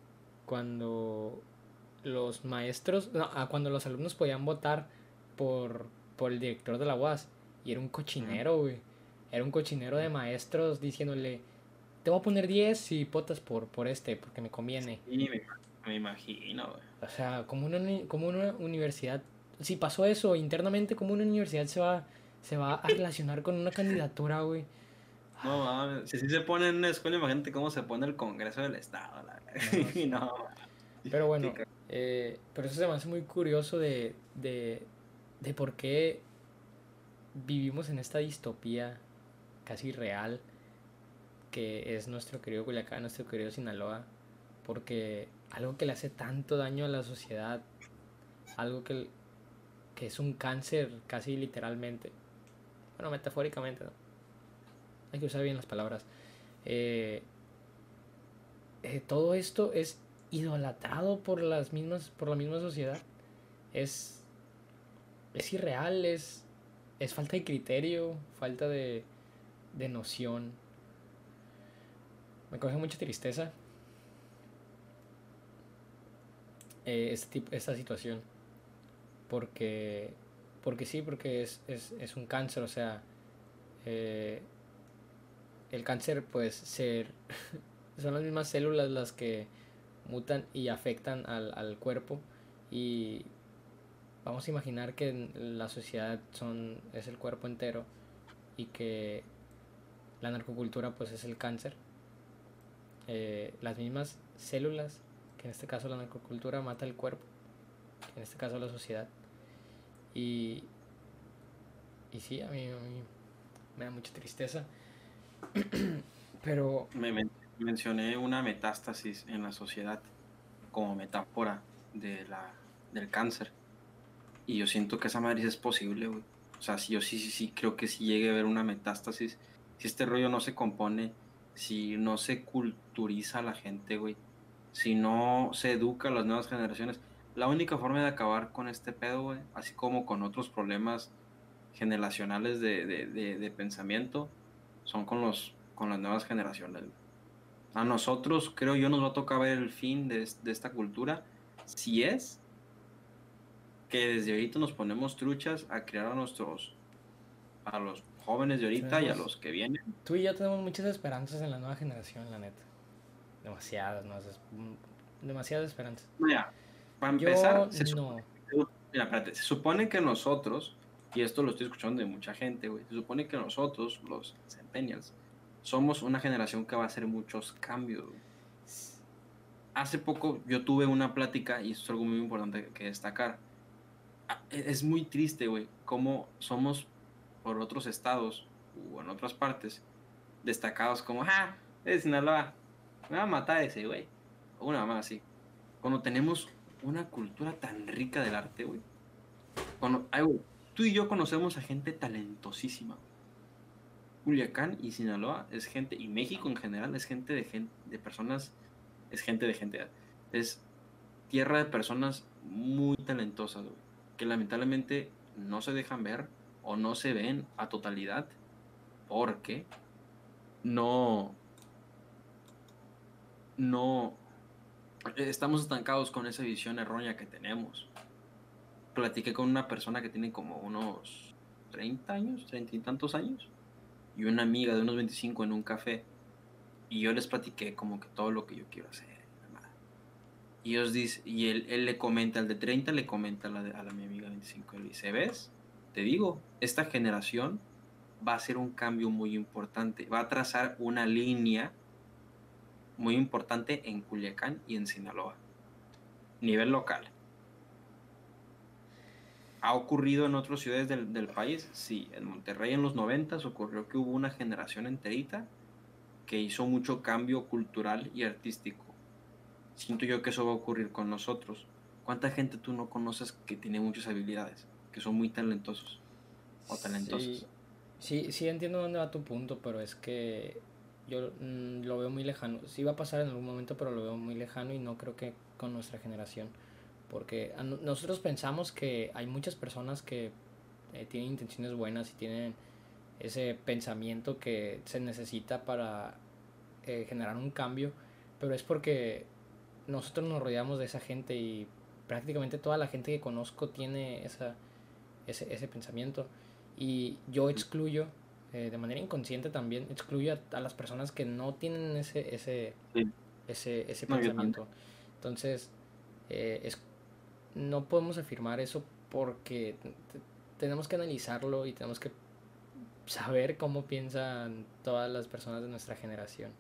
S2: los maestros, cuando los alumnos podían votar por el director de la UAS, y era un cochinero, güey. Era un cochinero de maestros diciéndole, te voy a poner 10 si votas por porque me conviene.
S1: Sí, me imagino, güey.
S2: O sea, como una universidad, si pasó eso internamente, como una universidad se va a relacionar con una candidatura, güey.
S1: No mames, si se pone en una escuela, imagínate cómo se pone el Congreso del Estado, la no.
S2: Pero bueno, pero eso se me hace muy curioso de por qué vivimos en esta distopía casi real que es nuestro querido Culiacán, nuestro querido Sinaloa, porque algo que le hace tanto daño a la sociedad, algo que es un cáncer casi literalmente, bueno, metafóricamente, ¿no? Hay que usar bien las palabras. Todo esto es idolatrado por la misma sociedad. Es irreal, es falta de criterio, falta de noción. Me coge mucha tristeza esta situación, porque sí, porque es un cáncer. O sea, el cáncer pues son las mismas células las que mutan y afectan al cuerpo, y vamos a imaginar que la sociedad es el cuerpo entero, y que la narcocultura pues es el cáncer. Las mismas células, que en este caso la narcocultura mata el cuerpo, que en este caso la sociedad. Y sí, a mí me da mucha tristeza. Pero
S1: mencioné una metástasis en la sociedad como metáfora del cáncer. Y yo siento que esa madre es posible, güey. O sea, yo sí creo que si llegue a haber una metástasis, si este rollo no se compone, si no se culturiza a la gente, güey, si no se educa a las nuevas generaciones, la única forma de acabar con este pedo, güey, así como con otros problemas generacionales de pensamiento, son con las nuevas generaciones, güey. A nosotros, creo yo, nos va a tocar ver el fin de esta cultura, si es que desde ahorita nos ponemos truchas a criar a los jóvenes de ahorita y a los que vienen.
S2: Tú y yo tenemos muchas esperanzas en la nueva generación, la neta. Demasiadas esperanzas.
S1: Mira, para empezar, se supone que nosotros, y esto lo estoy escuchando de mucha gente, güey, se supone que nosotros, los centennials, somos una generación que va a hacer muchos cambios, güey. Hace poco yo tuve una plática, y esto es algo muy importante que destacar. Es muy triste, güey, cómo somos por otros estados o en otras partes destacados como, es Sinaloa, me va a matar ese, güey. O una mamá así. Cuando tenemos una cultura tan rica del arte, güey. Güey, tú y yo conocemos a gente talentosísima, güey. Culiacán y Sinaloa es gente, y México en general es gente, de personas, es gente de gente. Es tierra de personas muy talentosas, güey, que lamentablemente no se dejan ver o no se ven a totalidad porque no, no estamos estancados con esa visión errónea que tenemos. Platiqué con una persona que tiene como unos 30 años, 30 y tantos años, y una amiga de unos 25 en un café, y yo les platiqué como que todo lo que yo quiero hacer. Y ellos dicen, y él le comenta, al de 30 le comenta a mi amiga 25, él dice, ¿ves? Te digo, esta generación va a hacer un cambio muy importante, va a trazar una línea muy importante en Culiacán y en Sinaloa, nivel local. ¿Ha ocurrido en otras ciudades del país? Sí, en Monterrey en los 90 ocurrió que hubo una generación enterita que hizo mucho cambio cultural y artístico. Siento yo que eso va a ocurrir con nosotros. ¿Cuánta gente tú no conoces que tiene muchas habilidades, que son muy talentosos o
S2: Sí,
S1: talentosas?
S2: sí entiendo dónde va tu punto, pero es que yo lo veo muy lejano. Sí va a pasar en algún momento, pero lo veo muy lejano y no creo que con nuestra generación. Porque nosotros pensamos que hay muchas personas que tienen intenciones buenas y tienen ese pensamiento que se necesita para generar un cambio, pero es porque nosotros nos rodeamos de esa gente y prácticamente toda la gente que conozco tiene ese pensamiento. Y yo excluyo, de manera inconsciente también, excluyo a las personas que no tienen
S1: Sí,
S2: ese
S1: no, yo también.
S2: pensamiento. Entonces, es, no podemos afirmar eso porque tenemos que analizarlo y tenemos que saber cómo piensan todas las personas de nuestra generación.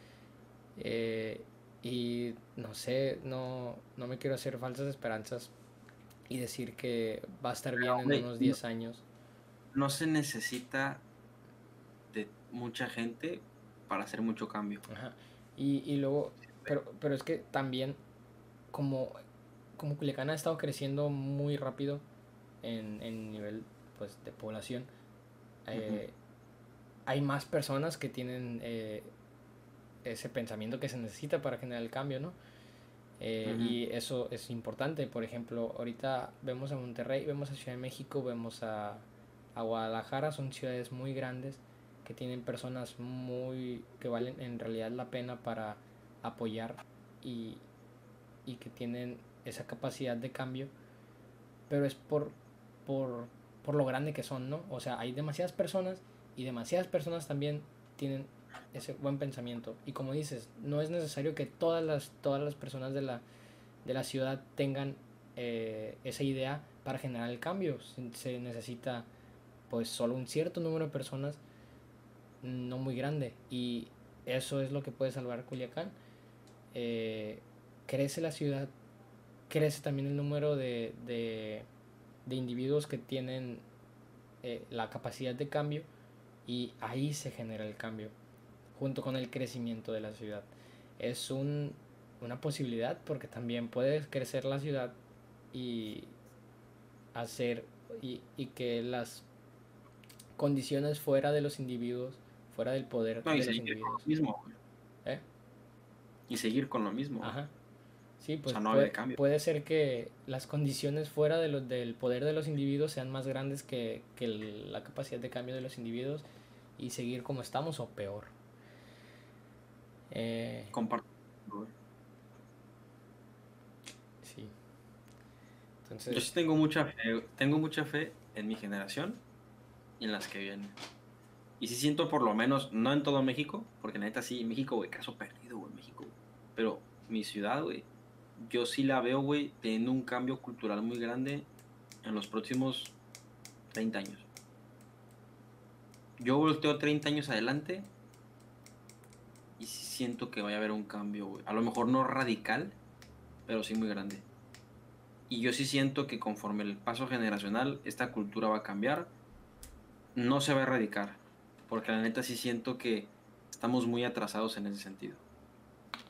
S2: Eh, y no sé, no me quiero hacer falsas esperanzas y decir que va a estar
S1: Pero,
S2: bien en
S1: hombre,
S2: unos
S1: no,
S2: 10 años.
S1: no se necesita de mucha gente para hacer mucho cambio.
S2: Ajá. Y luego, pero es que también como, como Culiacán ha estado creciendo muy rápido en nivel pues, de población,
S1: Ujú,
S2: eh, hay más personas que tienen ese pensamiento que se necesita para generar el cambio, ¿no?
S1: ujú.
S2: Y eso es importante. Por ejemplo, ahorita vemos a Monterrey, vemos a Ciudad de México, vemos a Guadalajara, son ciudades muy grandes que tienen personas muy que valen en realidad la pena para apoyar y, y que tienen esa capacidad de cambio, pero es por, por lo grande que son, ¿no? O sea, hay demasiadas personas y demasiadas personas también tienen ese buen pensamiento. Y como dices, no es necesario que todas las personas de la ciudad tengan esa idea para generar el cambio. Se necesita pues solo un cierto número de personas, no muy grande. Y eso es lo que puede salvar Culiacán. Eh, Crece la ciudad, crece también el número de individuos que tienen la capacidad de cambio y ahí se genera el cambio, junto con el crecimiento de la ciudad. Es una posibilidad porque también puede crecer la ciudad y hacer y que las condiciones fuera de los individuos, fuera del poder
S1: No, y
S2: de los
S1: seguir con lo
S2: individuos.
S1: mismo, güey.
S2: ¿Eh?
S1: Y seguir con lo mismo, güey.
S2: Ajá. Sí,
S1: O
S2: pues
S1: sea, no haber cambio.
S2: puede ser que las condiciones fuera del poder de los individuos sean más grandes que la capacidad de cambio de los individuos y seguir como estamos o peor. Eh,
S1: Comparto, güey.
S2: sí,
S1: Yo sí
S2: entonces,
S1: tengo mucha fe en mi generación y en las que vienen. Y sí siento por lo menos, no en todo México, porque neta sí, México, güey, caso perdido, güey, México, güey. Pero mi ciudad, güey, yo sí la veo, güey, teniendo un cambio cultural muy grande en los próximos 30 años. Yo volteo 30 años adelante y sí siento que vaya a haber un cambio, güey. A lo mejor no radical, pero sí muy grande. Y yo sí siento que conforme el paso generacional, esta cultura va a cambiar, no se va a erradicar, porque la neta sí siento que estamos muy atrasados en ese sentido.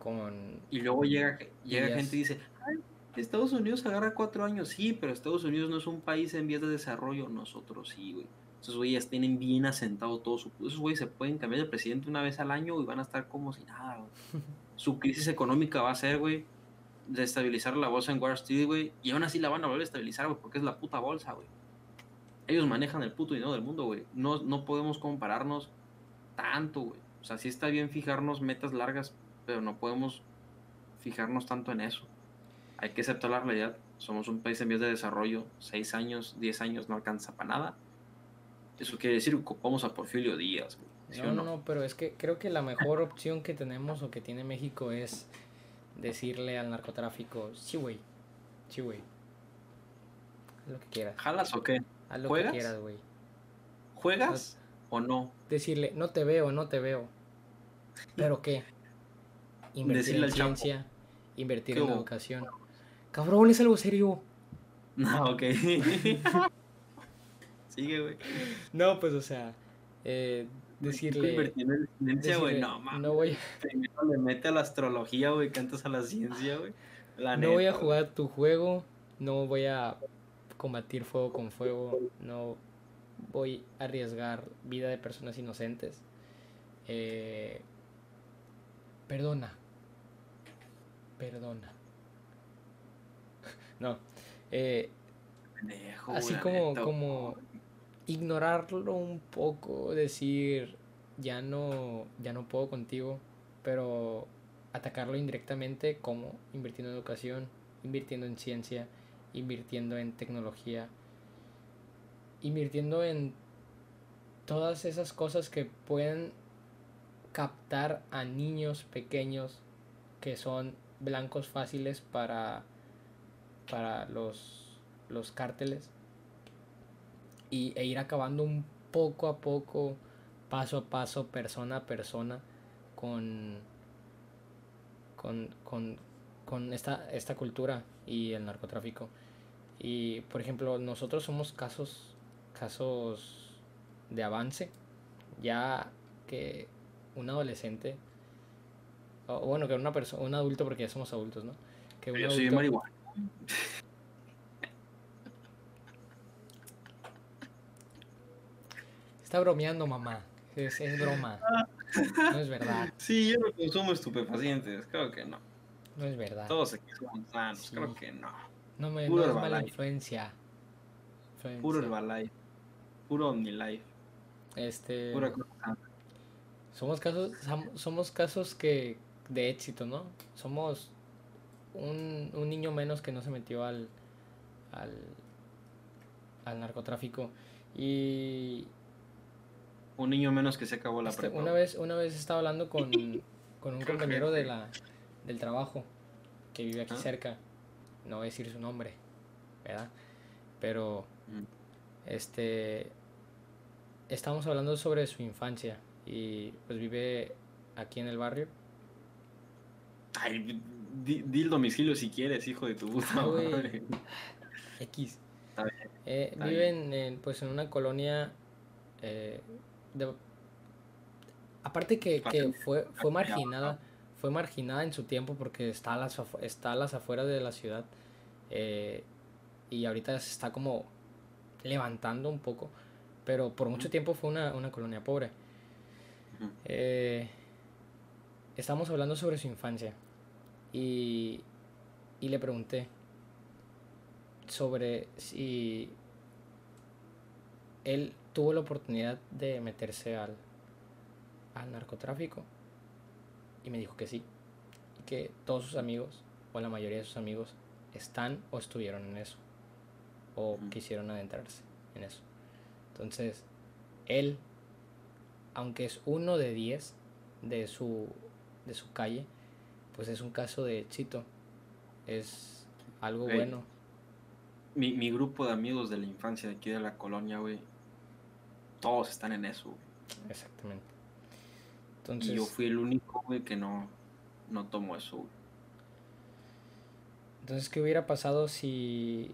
S1: Y luego llega
S2: ideas.
S1: gente y dice, "Ay, Estados Unidos agarra 4 años". Sí, pero Estados Unidos no es un país en vías de desarrollo. Nosotros sí, güey. Esos güeyes tienen bien asentado todo su... Esos güeyes se pueden cambiar de presidente una vez al año y van a estar como si nada, güey. Su crisis económica va a ser, güey, desestabilizar la bolsa en Wall Street, güey. Y aún así la van a volver a estabilizar, güey, porque es la puta bolsa, güey. Ellos manejan el puto dinero del mundo, güey. No podemos compararnos tanto, güey. O sea, sí está bien fijarnos metas largas, pero no podemos fijarnos tanto en eso. Hay que aceptar la realidad. Somos un país en vías de desarrollo. 6 años, 10 años no alcanza para nada. Eso quiere decir que ocupamos a Porfirio Díaz, güey. ¿Sí o
S2: No, no,
S1: no?
S2: no, pero es que creo que la mejor opción que tenemos o que tiene México es decirle al narcotráfico, sí, güey, haz lo que quieras,
S1: ¿Jalas o qué?
S2: haz lo que
S1: ¿Juegas?
S2: quieras, güey. No,
S1: ¿Juegas o no?
S2: decirle, no te veo, pero ¿qué? Invertir
S1: Decirle
S2: en
S1: al Chapo,
S2: ciencia, invertir
S1: ¿qué
S2: en
S1: hubo?
S2: educación. Cabrón, es algo serio.
S1: No, ok. Sigue, güey.
S2: No, pues, o sea,
S1: México
S2: decirle,
S1: invirtiendo en ciencia, güey.
S2: decirle,
S1: No, mames. Primero le mete a la astrología, güey, que antes a la ciencia, güey. La
S2: no voy a
S1: neta, güey.
S2: jugar tu juego, no voy a combatir fuego con fuego, no voy a arriesgar vida de personas inocentes. Eh, perdona, perdona. No, eh,
S1: Pendejo, güey,
S2: así
S1: la
S2: como,
S1: neta,
S2: como ignorarlo un poco, decir, ya no puedo contigo, pero atacarlo indirectamente como invirtiendo en educación, invirtiendo en ciencia, invirtiendo en tecnología, invirtiendo en todas esas cosas que pueden captar a niños pequeños que son blancos fáciles para los cárteles e ir acabando un poco a poco, paso a paso, persona a persona con, con esta cultura y el narcotráfico. Y por ejemplo, nosotros somos casos de avance, ya que un adolescente, o bueno, que una persona, un adulto, porque ya somos adultos, ¿no? Que un
S1: yo soy
S2: adulto
S1: marihuana.
S2: está bromeando, mamá. Es broma, no es verdad,
S1: Sí, yo no consumo estupefacientes, creo que no.
S2: no es verdad.
S1: Todos aquí somos sanos, creo
S2: Sí,
S1: que no.
S2: no
S1: Puro
S2: es mala
S1: Herbalife,
S2: influencia.
S1: puro
S2: Influencia.
S1: Herbalife, puro OmniLife,
S2: Este,
S1: pura cosa sana.
S2: somos casos que de éxito, ¿no? Somos un niño menos que no se metió al, al narcotráfico. Y
S1: Un niño menos que se acabó la prepa, güey.
S2: una vez estaba hablando con un compañero del trabajo que vive aquí
S1: ¿Ah?
S2: cerca. No voy a decir su nombre, ¿verdad? Pero
S1: Mm.
S2: estamos hablando sobre su infancia y pues vive aquí en el barrio.
S1: Ay, di el domicilio si quieres, hijo de tu puta
S2: Ay, güey,
S1: madre.
S2: X.
S1: Está bien, está
S2: Vive
S1: bien.
S2: pues en una colonia eh, de, aparte que fue marginada en su tiempo porque está a las afueras de la ciudad, eh, y ahorita se está como levantando un poco, pero por mucho
S1: Ujú,
S2: tiempo fue una colonia pobre.
S1: ujú.
S2: Eh, Estamos hablando sobre su infancia y, y le pregunté sobre si él tuvo la oportunidad de meterse al narcotráfico y me dijo que sí, y que todos sus amigos o la mayoría de sus amigos están o estuvieron en eso o
S1: Ujú.
S2: quisieron adentrarse en eso. Entonces, él, aunque es uno de 10 de su calle, pues es un caso de éxito, es algo
S1: Güey,
S2: bueno.
S1: mi grupo de amigos de la infancia de aquí de la colonia, güey, todos están en eso, güey.
S2: Exactamente.
S1: Y yo
S2: Entonces,
S1: fui el único, güey, que no tomó eso, güey.
S2: ¿qué hubiera pasado si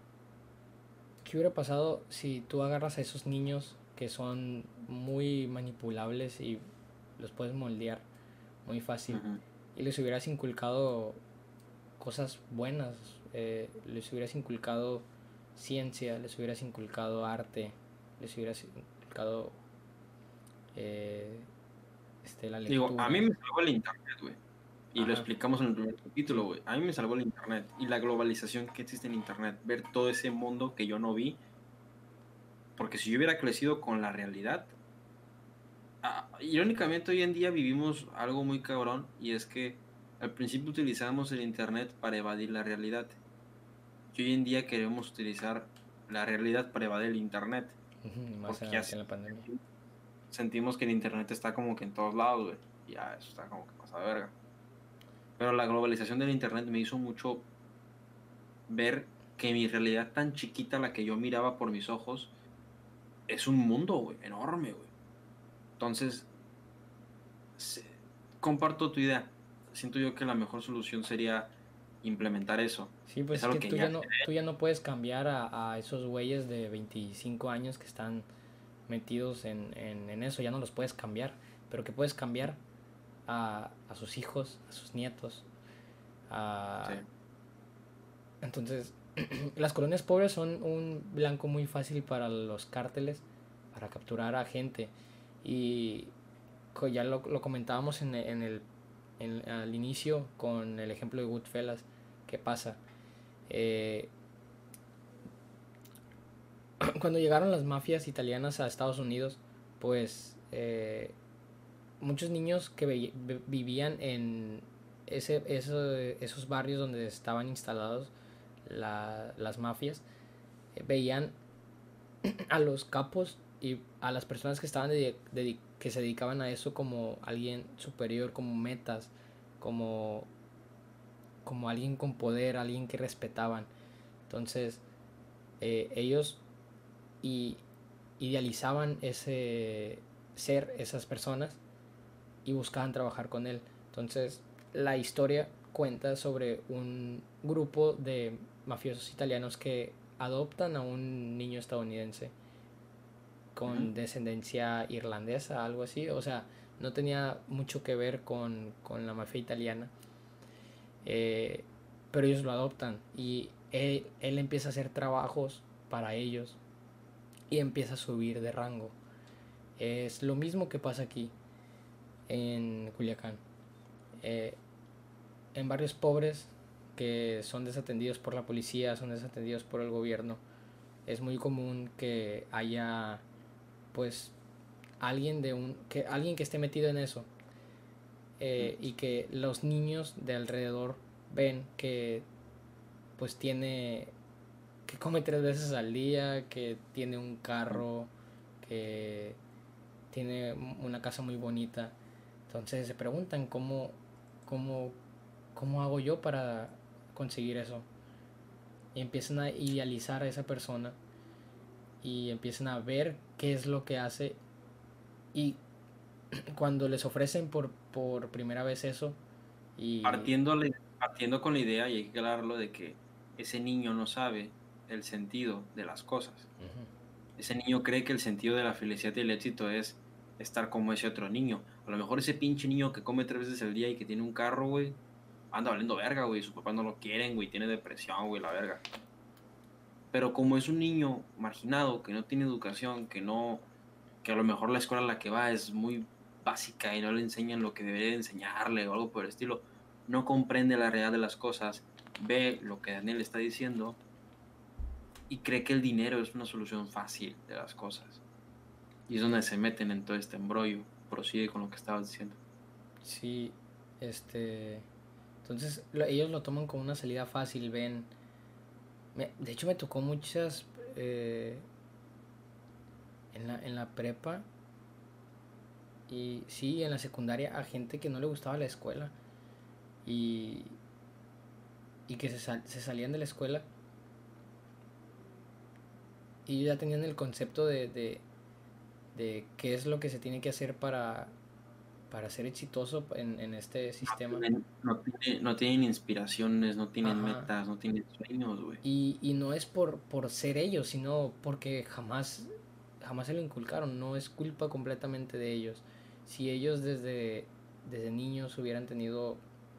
S2: tú agarras a esos niños que son muy manipulables y los puedes moldear muy fácil
S1: Ujú.
S2: y les hubieras inculcado cosas buenas, les hubieras inculcado ciencia, les hubieras inculcado arte, les hubieras inculcado eh, la
S1: Digo, a mí
S2: lectura.
S1: me salvó el internet, güey. Y lo
S2: Ajá,
S1: explicamos en el primer capítulo,
S2: sí.
S1: güey. A mí me salvó el internet y la globalización que existe en internet. Ver todo ese mundo que yo no vi. Porque si yo hubiera crecido con la realidad, irónicamente hoy en día vivimos algo muy cabrón y es que al principio utilizamos el internet para evadir la realidad. Y hoy en día queremos utilizar la realidad para evadir el internet.
S2: Ujú, más
S1: Porque ya
S2: ahorita en la pandemia.
S1: sentimos que el internet está como que en todos lados, güey. Y ya, eso está como que pasa de verga. Pero la globalización del internet me hizo mucho ver que mi realidad tan chiquita, la que yo miraba por mis ojos, es un mundo, güey, enorme, güey. Entonces, se- comparto tu idea. Siento yo que la mejor solución sería implementar eso.
S2: Sí, pues
S1: Es
S2: es que
S1: algo que ya...
S2: tú ya no puedes cambiar a esos güeyes de 25 años que están metidos en eso, ya no los puedes cambiar, pero que puedes cambiar a sus hijos, a sus nietos.
S1: Sí.
S2: A... Entonces, las colonias pobres son un blanco muy fácil para los cárteles, para capturar a gente. Y ya lo comentábamos al inicio con el ejemplo de Goodfellas. ¿Qué pasa? Eh, Cuando llegaron las mafias italianas a Estados Unidos, pues muchos niños que vivían en esos barrios donde estaban instalados las mafias, veían a los capos y a las personas que estaban que se dedicaban a eso como alguien superior, como metas, como, como alguien con poder, alguien que respetaban. Entonces, ellos y idealizaban ese ser, esas personas, y buscaban trabajar con él. Entonces, la historia cuenta sobre un grupo de mafiosos italianos que adoptan a un niño estadounidense
S1: Ujú.
S2: con descendencia irlandesa, algo así. O sea, no tenía mucho que ver con la mafia italiana. Eh, pero ellos lo adoptan y él empieza a hacer trabajos para ellos y empieza a subir de rango. Es lo mismo que pasa aquí en Culiacán. Eh, en barrios pobres que son desatendidos por la policía, son desatendidos por el gobierno, es muy común que haya pues alguien que esté metido en eso, y que los niños de alrededor ven que pues tiene que come 3 veces al día, que tiene un carro, que tiene una casa muy bonita. Entonces se preguntan cómo, cómo hago yo para conseguir eso. Y empiezan a idealizar a esa persona y empiezan a ver qué es lo que hace. Y cuando les ofrecen por primera vez eso, y
S1: Partiendo con la idea, y hay que aclararlo, de que ese niño no sabe el sentido de las cosas. Ese niño cree que el sentido de la felicidad y el éxito es estar como ese otro niño. A lo mejor ese pinche niño que come 3 veces al día y que tiene un carro, güey, anda valiendo verga, güey. Sus papás no lo quieren, güey, tiene depresión, güey, la verga. Pero como es un niño marginado, que no tiene educación, que a lo mejor la escuela a la que va es muy básica y no le enseñan lo que debería enseñarle o algo por el estilo, no comprende la realidad de las cosas, ve lo que Daniel está diciendo y cree que el dinero es una solución fácil de las cosas. Y es donde se meten en todo este embrollo. Prosigue con lo que estabas diciendo.
S2: sí, entonces ellos lo toman como una salida fácil, ven. De hecho me tocó muchas, eh, en la prepa y sí, en la secundaria, a gente que no le gustaba la escuela y, y que se salían de la escuela y ya tenían el concepto de qué es lo que se tiene que hacer para ser exitoso en este sistema.
S1: No tienen inspiraciones, no tienen
S2: Ajá.
S1: metas, no tienen sueños, güey.
S2: Y no es por ser ellos, sino porque jamás se lo inculcaron. No es culpa completamente de ellos. Si ellos desde niños hubieran tenido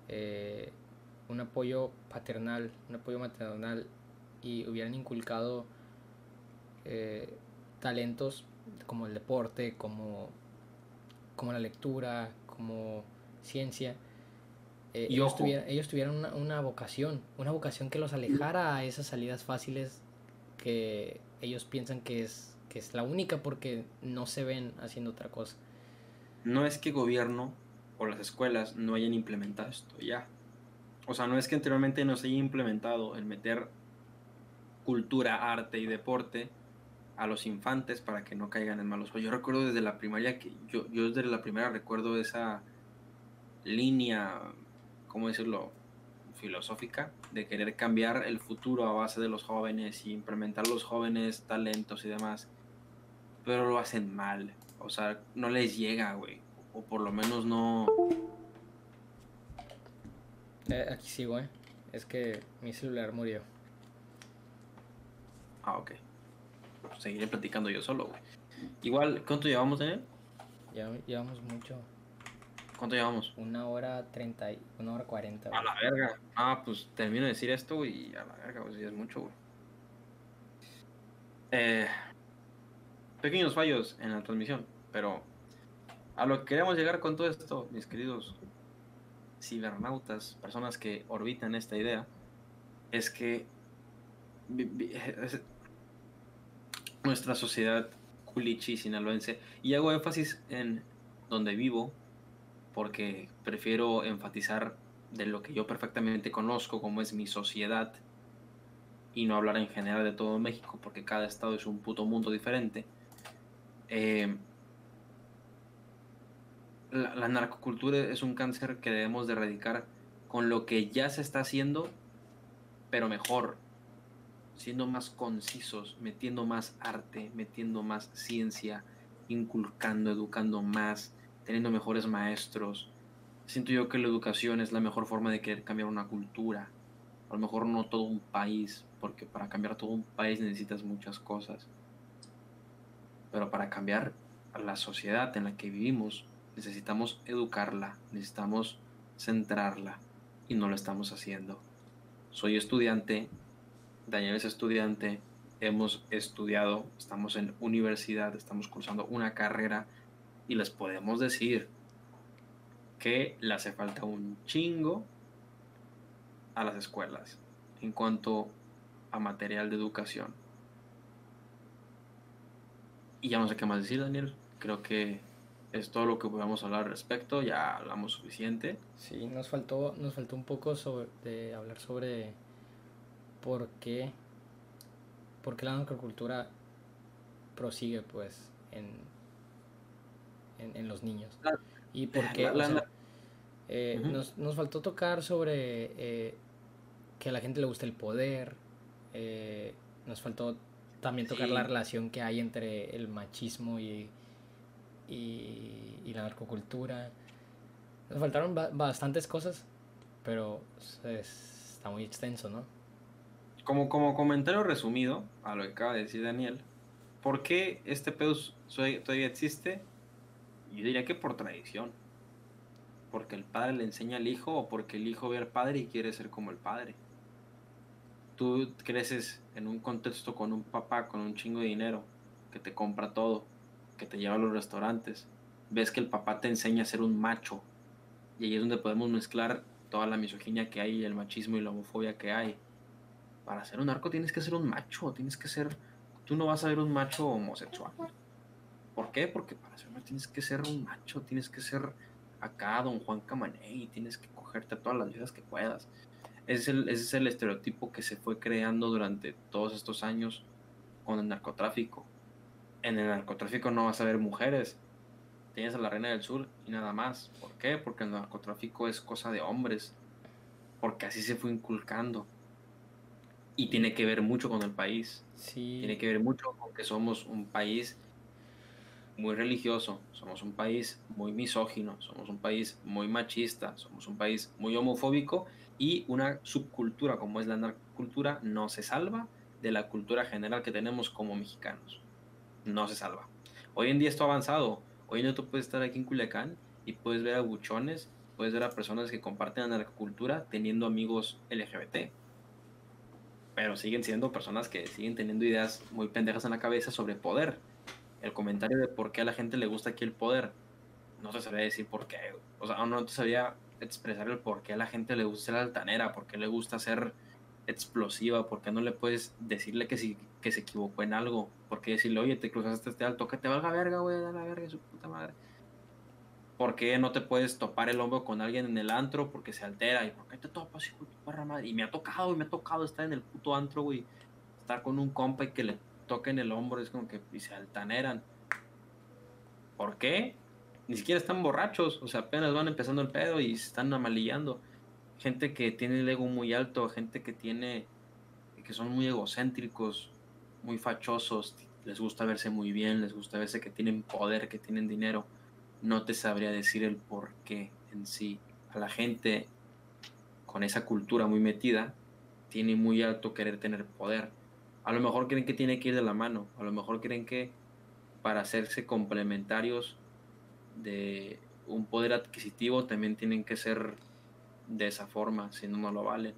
S2: eh, un apoyo paternal, un apoyo maternal y hubieran inculcado eh, talentos como el deporte, como la lectura, como ciencia,
S1: Y ojo,
S2: ellos tuvieran una vocación que los alejara a esas salidas fáciles que ellos piensan que es la única porque no se ven haciendo otra cosa.
S1: no es que gobierno o las escuelas no hayan implementado esto ya. O sea, no es que anteriormente no se haya implementado el meter cultura, arte y deporte a los infantes para que no caigan en malos. Yo recuerdo desde la primaria que yo desde la primaria recuerdo esa línea, ¿cómo decirlo? Filosófica de querer cambiar el futuro a base de los jóvenes y implementar los jóvenes talentos y demás, pero lo hacen mal, o sea, no les llega, güey, o por lo menos no.
S2: Aquí sigo, ¿eh? Es que mi celular murió.
S1: Ah, ok, seguiré platicando yo solo, güey. Igual, ¿cuánto llevamos, Daniel?
S2: Ya llevamos mucho.
S1: ¿Cuánto llevamos?
S2: 1 hora 30, 1 hora 40,
S1: A
S2: güey.
S1: la verga. Ah, pues termino de decir esto, güey, y a la verga, pues ya es mucho, güey. Eh, Pequeños fallos en la transmisión, pero a lo que queremos llegar con todo esto, mis queridos cibernautas, personas que orbitan esta idea, es que nuestra sociedad culichi sinaloense, y hago énfasis en donde vivo, porque prefiero enfatizar de lo que yo perfectamente conozco, como es mi sociedad, y no hablar en general de todo México, porque cada estado es un puto mundo diferente. Eh, la narcocultura es un cáncer que debemos de erradicar con lo que ya se está haciendo, pero mejor, siendo más concisos, metiendo más arte, metiendo más ciencia, inculcando, educando más, teniendo mejores maestros. Siento yo que la educación es la mejor forma de querer cambiar una cultura. A lo mejor no todo un país, porque para cambiar todo un país necesitas muchas cosas. Pero para cambiar a la sociedad en la que vivimos, necesitamos educarla, necesitamos centrarla y no lo estamos haciendo. Soy estudiante, Daniel es estudiante, hemos estudiado, estamos en universidad, estamos cursando una carrera y les podemos decir que le hace falta un chingo a las escuelas en cuanto a material de educación. Y ya no sé qué más decir, Daniel. Creo que es todo lo que podemos hablar al respecto. Ya hablamos suficiente.
S2: Sí, nos faltó un poco de hablar sobre por qué, por qué la narcocultura prosigue, pues, en los niños.
S1: La,
S2: Y por qué,
S1: la,
S2: o
S1: la,
S2: sea,
S1: la- Ujú.
S2: nos faltó tocar sobre que a la gente le gusta el poder. Nos faltó también tocar la
S1: Sí,
S2: relación que hay entre el machismo y la narcocultura. Nos faltaron bastantes cosas, pero está muy extenso, ¿no?
S1: como comentario resumido a lo que acaba de decir Daniel, ¿por qué este pedo todavía existe? Yo diría que por tradición. Porque el padre le enseña al hijo o porque el hijo ve al padre y quiere ser como el padre. Tú creces en un contexto con un papá con un chingo de dinero, que te compra todo, que te lleva a los restaurantes. Ves que el papá te enseña a ser un macho. Y ahí es donde podemos mezclar toda la misoginia que hay, el machismo y la homofobia que hay. Para ser un narco tienes que ser un macho, tienes que ser... Tú no vas a ver un macho homosexual. ¿Por qué? Porque para ser hombre tienes que ser un macho, tienes que ser acá Don Juan Camaney, tienes que cogerte a todas las viejas que puedas. Ese es el estereotipo que se fue creando durante todos estos años con el narcotráfico. En el narcotráfico no vas a ver mujeres, tienes a la Reina del Sur y nada más. ¿Por qué? Porque el narcotráfico es cosa de hombres, porque así se fue inculcando. Y
S2: Y
S1: tiene que ver mucho con el país,
S2: sí,
S1: tiene que ver mucho con que somos un país muy religioso, somos un país muy misógino, somos un país muy machista, somos un país muy homofóbico y una subcultura como es la narcocultura no se salva de la cultura general que tenemos como mexicanos. No se salva. Hoy en día esto ha avanzado. Hoy en día tú puedes estar aquí en Culiacán y puedes ver a buchones puedes ver a personas que comparten la cultura teniendo amigos LGBT, pero siguen siendo personas que siguen teniendo ideas muy pendejas en la cabeza sobre poder. El comentario de por qué a la gente le gusta aquí el poder, no te sabría decir por qué, güey. O sea, no te sabría expresar el por qué a la gente le gusta ser altanera, por qué le gusta ser explosiva, por qué no le puedes decirle que se equivocó en algo, por qué decirle, oye, te cruzaste este alto, que te valga verga, güey, a la verga, su puta madre. ¿Por qué no te puedes topar el hombro con alguien en el antro porque se altera? ¿Y por qué te topas, hijo de tu perra madre? Y me ha tocado estar en el puto antro, güey, estar con un compa y que le toquen el hombro, es como que, y se altaneran. ¿Por qué? Ni siquiera están borrachos, o sea, apenas van empezando el pedo y se están amalillando. Gente que tiene el ego muy alto, gente que son muy egocéntricos, muy fachosos, les gusta verse muy bien, les gusta verse que tienen poder, que tienen dinero. No te sabría decir el por qué en sí. A la gente con esa cultura muy metida tiene muy alto querer tener poder. A lo mejor creen que tiene que ir de la mano, a lo mejor creen que para hacerse complementarios de un poder adquisitivo también tienen que ser de esa forma, si no, no lo valen.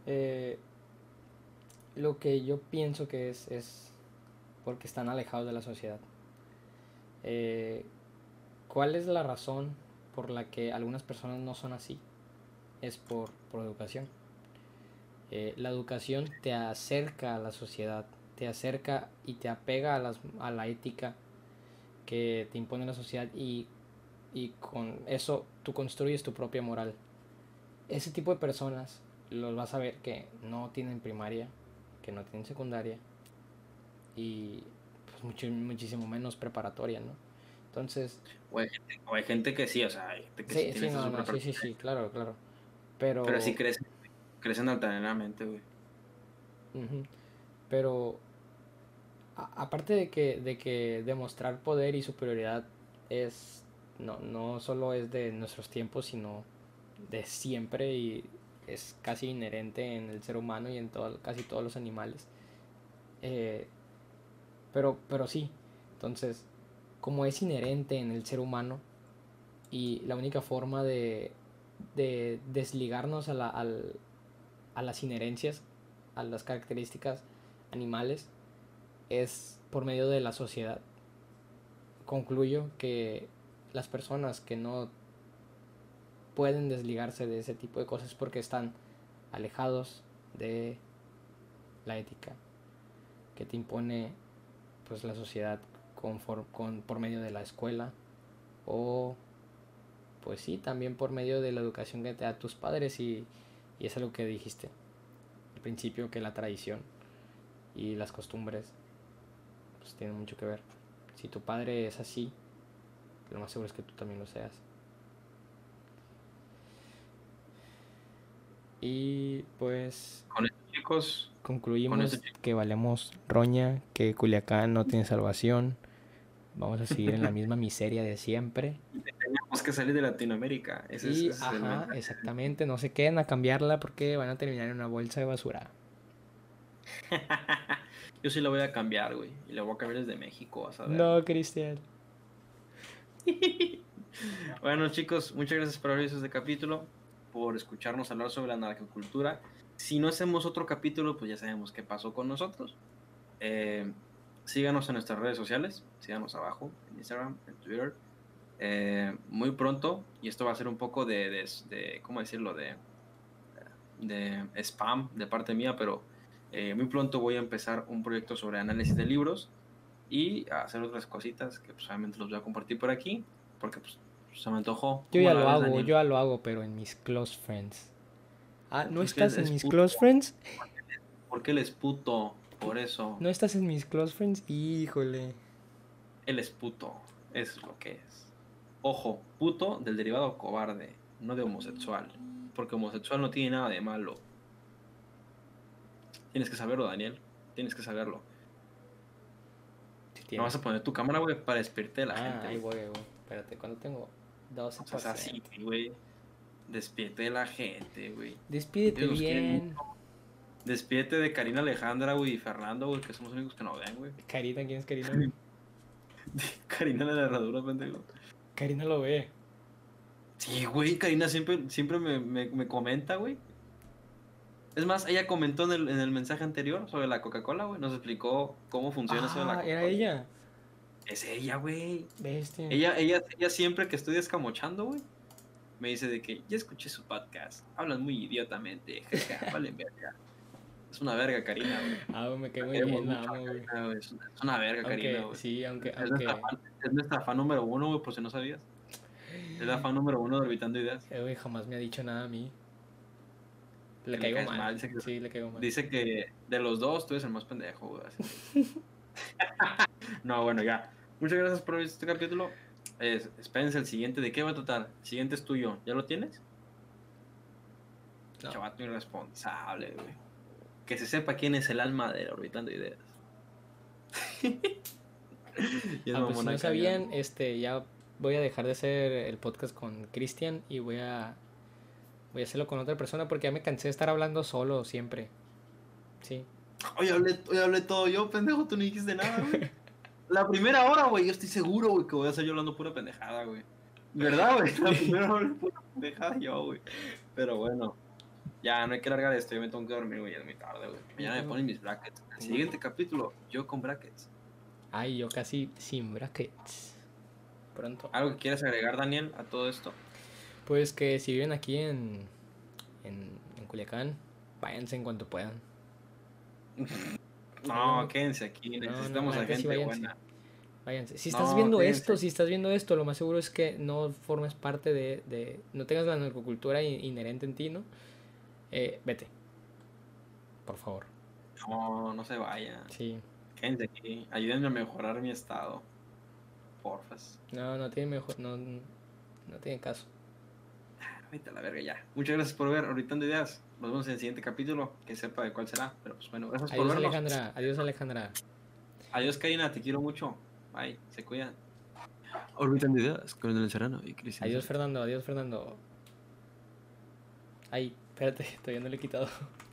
S2: Lo que yo pienso que es porque están alejados de la sociedad. Eh, ¿Cuál es la razón por la que algunas personas no son así? Es por educación. La educación te acerca a la sociedad, te acerca y te apega a la ética que te impone la sociedad y con eso tú construyes tu propia moral. Ese tipo de personas los vas a ver que no tienen primaria, que no tienen secundaria y pues muchísimo menos preparatoria, ¿no? Entonces,
S1: O hay gente que sí, o sea, hay gente que sí
S2: sí,
S1: tiene
S2: sí,
S1: esta
S2: no, no,
S1: super
S2: sí, claro, claro.
S1: pero sí
S2: Pero,
S1: crecen altaneramente, güey.
S2: uh-huh, pero aparte de que demostrar poder y superioridad es, no solo es de nuestros tiempos, sino de siempre y es casi inherente en el ser humano y en casi todos los animales. Eh, pero sí, entonces, como es inherente en el ser humano y la única forma de desligarnos a las inherencias, a las características animales, es por medio de la sociedad. Concluyo que las personas que no pueden desligarse de ese tipo de cosas porque están alejados de la ética que te impone pues la sociedad por medio de la escuela o pues sí también por medio de la educación que te da tus padres y es algo que dijiste al principio que la tradición y las costumbres pues tienen mucho que ver. Si tu padre es así, lo más seguro es que tú también lo seas. Y pues
S1: Con estos chicos, con estos
S2: concluimos
S1: chicos
S2: que valemos roña, que Culiacán no tiene salvación. Vamos a seguir en la misma miseria de siempre.
S1: tenemos que salir de Latinoamérica.
S2: Y,
S1: Ese es el
S2: ajá,
S1: mensaje.
S2: exactamente, no se queden a cambiarla porque van a terminar en una bolsa de basura.
S1: Yo sí la voy a cambiar, güey. Y la voy a cambiar desde México, vas a ver,
S2: No,
S1: güey.
S2: Cristian.
S1: Bueno, chicos, muchas gracias por haber visto este capítulo, por escucharnos hablar sobre la narcocultura. Si no hacemos otro capítulo, pues ya sabemos qué pasó con nosotros. Eh, Síganos en nuestras redes sociales, síganos abajo, en Instagram, en Twitter. Muy pronto, y esto va a ser un poco ¿cómo decirlo? De spam de parte mía, pero muy pronto voy a empezar un proyecto sobre análisis de libros y a hacer otras cositas que pues obviamente los voy a compartir por aquí, porque pues se me antojó.
S2: Yo
S1: ¿Cómo
S2: ya
S1: la
S2: lo
S1: ves,
S2: hago,
S1: Daniel?
S2: yo ya lo hago, pero en mis close friends. Ah, ¿no
S1: Pues que
S2: estás en
S1: es
S2: mis
S1: puto,
S2: close friends?
S1: porque él es puto, por eso.
S2: ¿No estás en mis close friends? Híjole.
S1: Él es puto, es lo que es. Ojo, puto del derivado cobarde, no de homosexual, porque homosexual no tiene nada de malo. Tienes que saberlo, Daniel, tienes que saberlo.
S2: Sí
S1: No
S2: tienes.
S1: vas a poner tu cámara, güey, para despertar a la
S2: Ah,
S1: gente,
S2: ahí
S1: güey.
S2: voy, güey. Espérate, ¿cuándo tengo?
S1: O sea, es así,
S2: 12%.
S1: güey. Despierte de la gente, güey.
S2: Despídete
S1: Ellos nos quieren
S2: bien.
S1: mucho. Despierte de Karina Alejandra, güey, y Fernando, güey, que somos los únicos que nos ven, güey.
S2: Karina, ¿quién es Karina, güey?
S1: Karina de la herradura, pendejo.
S2: Karina lo ve.
S1: Sí, güey, Karina siempre me comenta, güey. Es más, ella comentó en el mensaje anterior sobre la Coca-Cola, güey. Nos explicó cómo funciona eso de la
S2: Ah, era
S1: Coca-Cola.
S2: ella.
S1: Es ella, güey.
S2: Bestia.
S1: Ella siempre que estoy escamochando, güey, me dice de que ya escuché su podcast. Hablan muy idiotamente, jaja, vale, verga. Es una verga, Karina, güey.
S2: Ah, güey, me cae
S1: La
S2: muy
S1: queremos
S2: bien, la
S1: mucho a
S2: amo, güey.
S1: Karina, güey. Es una verga, Karina,
S2: Aunque,
S1: güey.
S2: sí,
S1: Es es nuestra fan número uno, güey, por si no sabías. Es la fan número uno de Orbitando Ideas.
S2: Güey, jamás me ha dicho nada a mí. Le
S1: Que le
S2: caigo
S1: caes
S2: mal.
S1: mal.
S2: Sí, le caigo mal.
S1: Dice que de los dos tú eres el más pendejo, güey. Así me dice. No, bueno, ya. Muchas gracias por ver este capítulo. Espérense el siguiente. ¿De qué va a tratar? El siguiente es tuyo. ¿Ya lo tienes?
S2: No.
S1: Chavato irresponsable, güey. Que se sepa quién es el alma de Orbitando Ideas. Y es
S2: Pues si
S1: mamona
S2: no
S1: cagada.
S2: sabían, ya voy a dejar de hacer el podcast con Cristian y voy a hacerlo con otra persona porque ya me cansé de estar hablando solo siempre. Sí.
S1: Hoy hablé todo yo, pendejo. Tú no dijiste nada, güey. La primera hora, güey, yo estoy seguro, güey, que voy a estar yo hablando pura pendejada, güey. ¿Verdad, güey? La primera hora pura pendejada yo, güey. Pero bueno, ya no hay que largar esto. Yo me tengo que dormir, güey, ya es muy tarde, güey. Mañana me ponen mis brackets. El siguiente capítulo, yo con brackets.
S2: Ay, yo casi sin brackets. Pronto.
S1: ¿Algo que quieras agregar, Daniel, a todo esto?
S2: Pues que si viven aquí en Culiacán, váyanse en cuanto puedan.
S1: No, quédense aquí. Necesitamos
S2: la
S1: a
S2: neta sí
S1: gente
S2: váyanse.
S1: buena.
S2: Váyanse. Si estás
S1: No,
S2: viendo
S1: quédense.
S2: esto, lo más seguro es que no formes parte no tengas la narcocultura inherente en ti, ¿no? Vete. Por favor.
S1: No, no se vayan.
S2: Sí.
S1: Quédense aquí. Ayúdenme a mejorar mi estado. Porfas.
S2: No tiene mejor, no tiene caso.
S1: Vete a la verga ya. Muchas gracias por ver Orbitando Ideas. Nos vemos en el siguiente capítulo. Que sepa de cuál será. Pero pues bueno, gracias por
S2: Adiós
S1: vernos.
S2: Alejandra, adiós Alejandra.
S1: Adiós, Karina. Te quiero mucho. Bye. Se cuidan. Orbitando Ideas con el Serrano y Cristian.
S2: Adiós Fernando, adiós Fernando. Ay, espérate, todavía no le he quitado.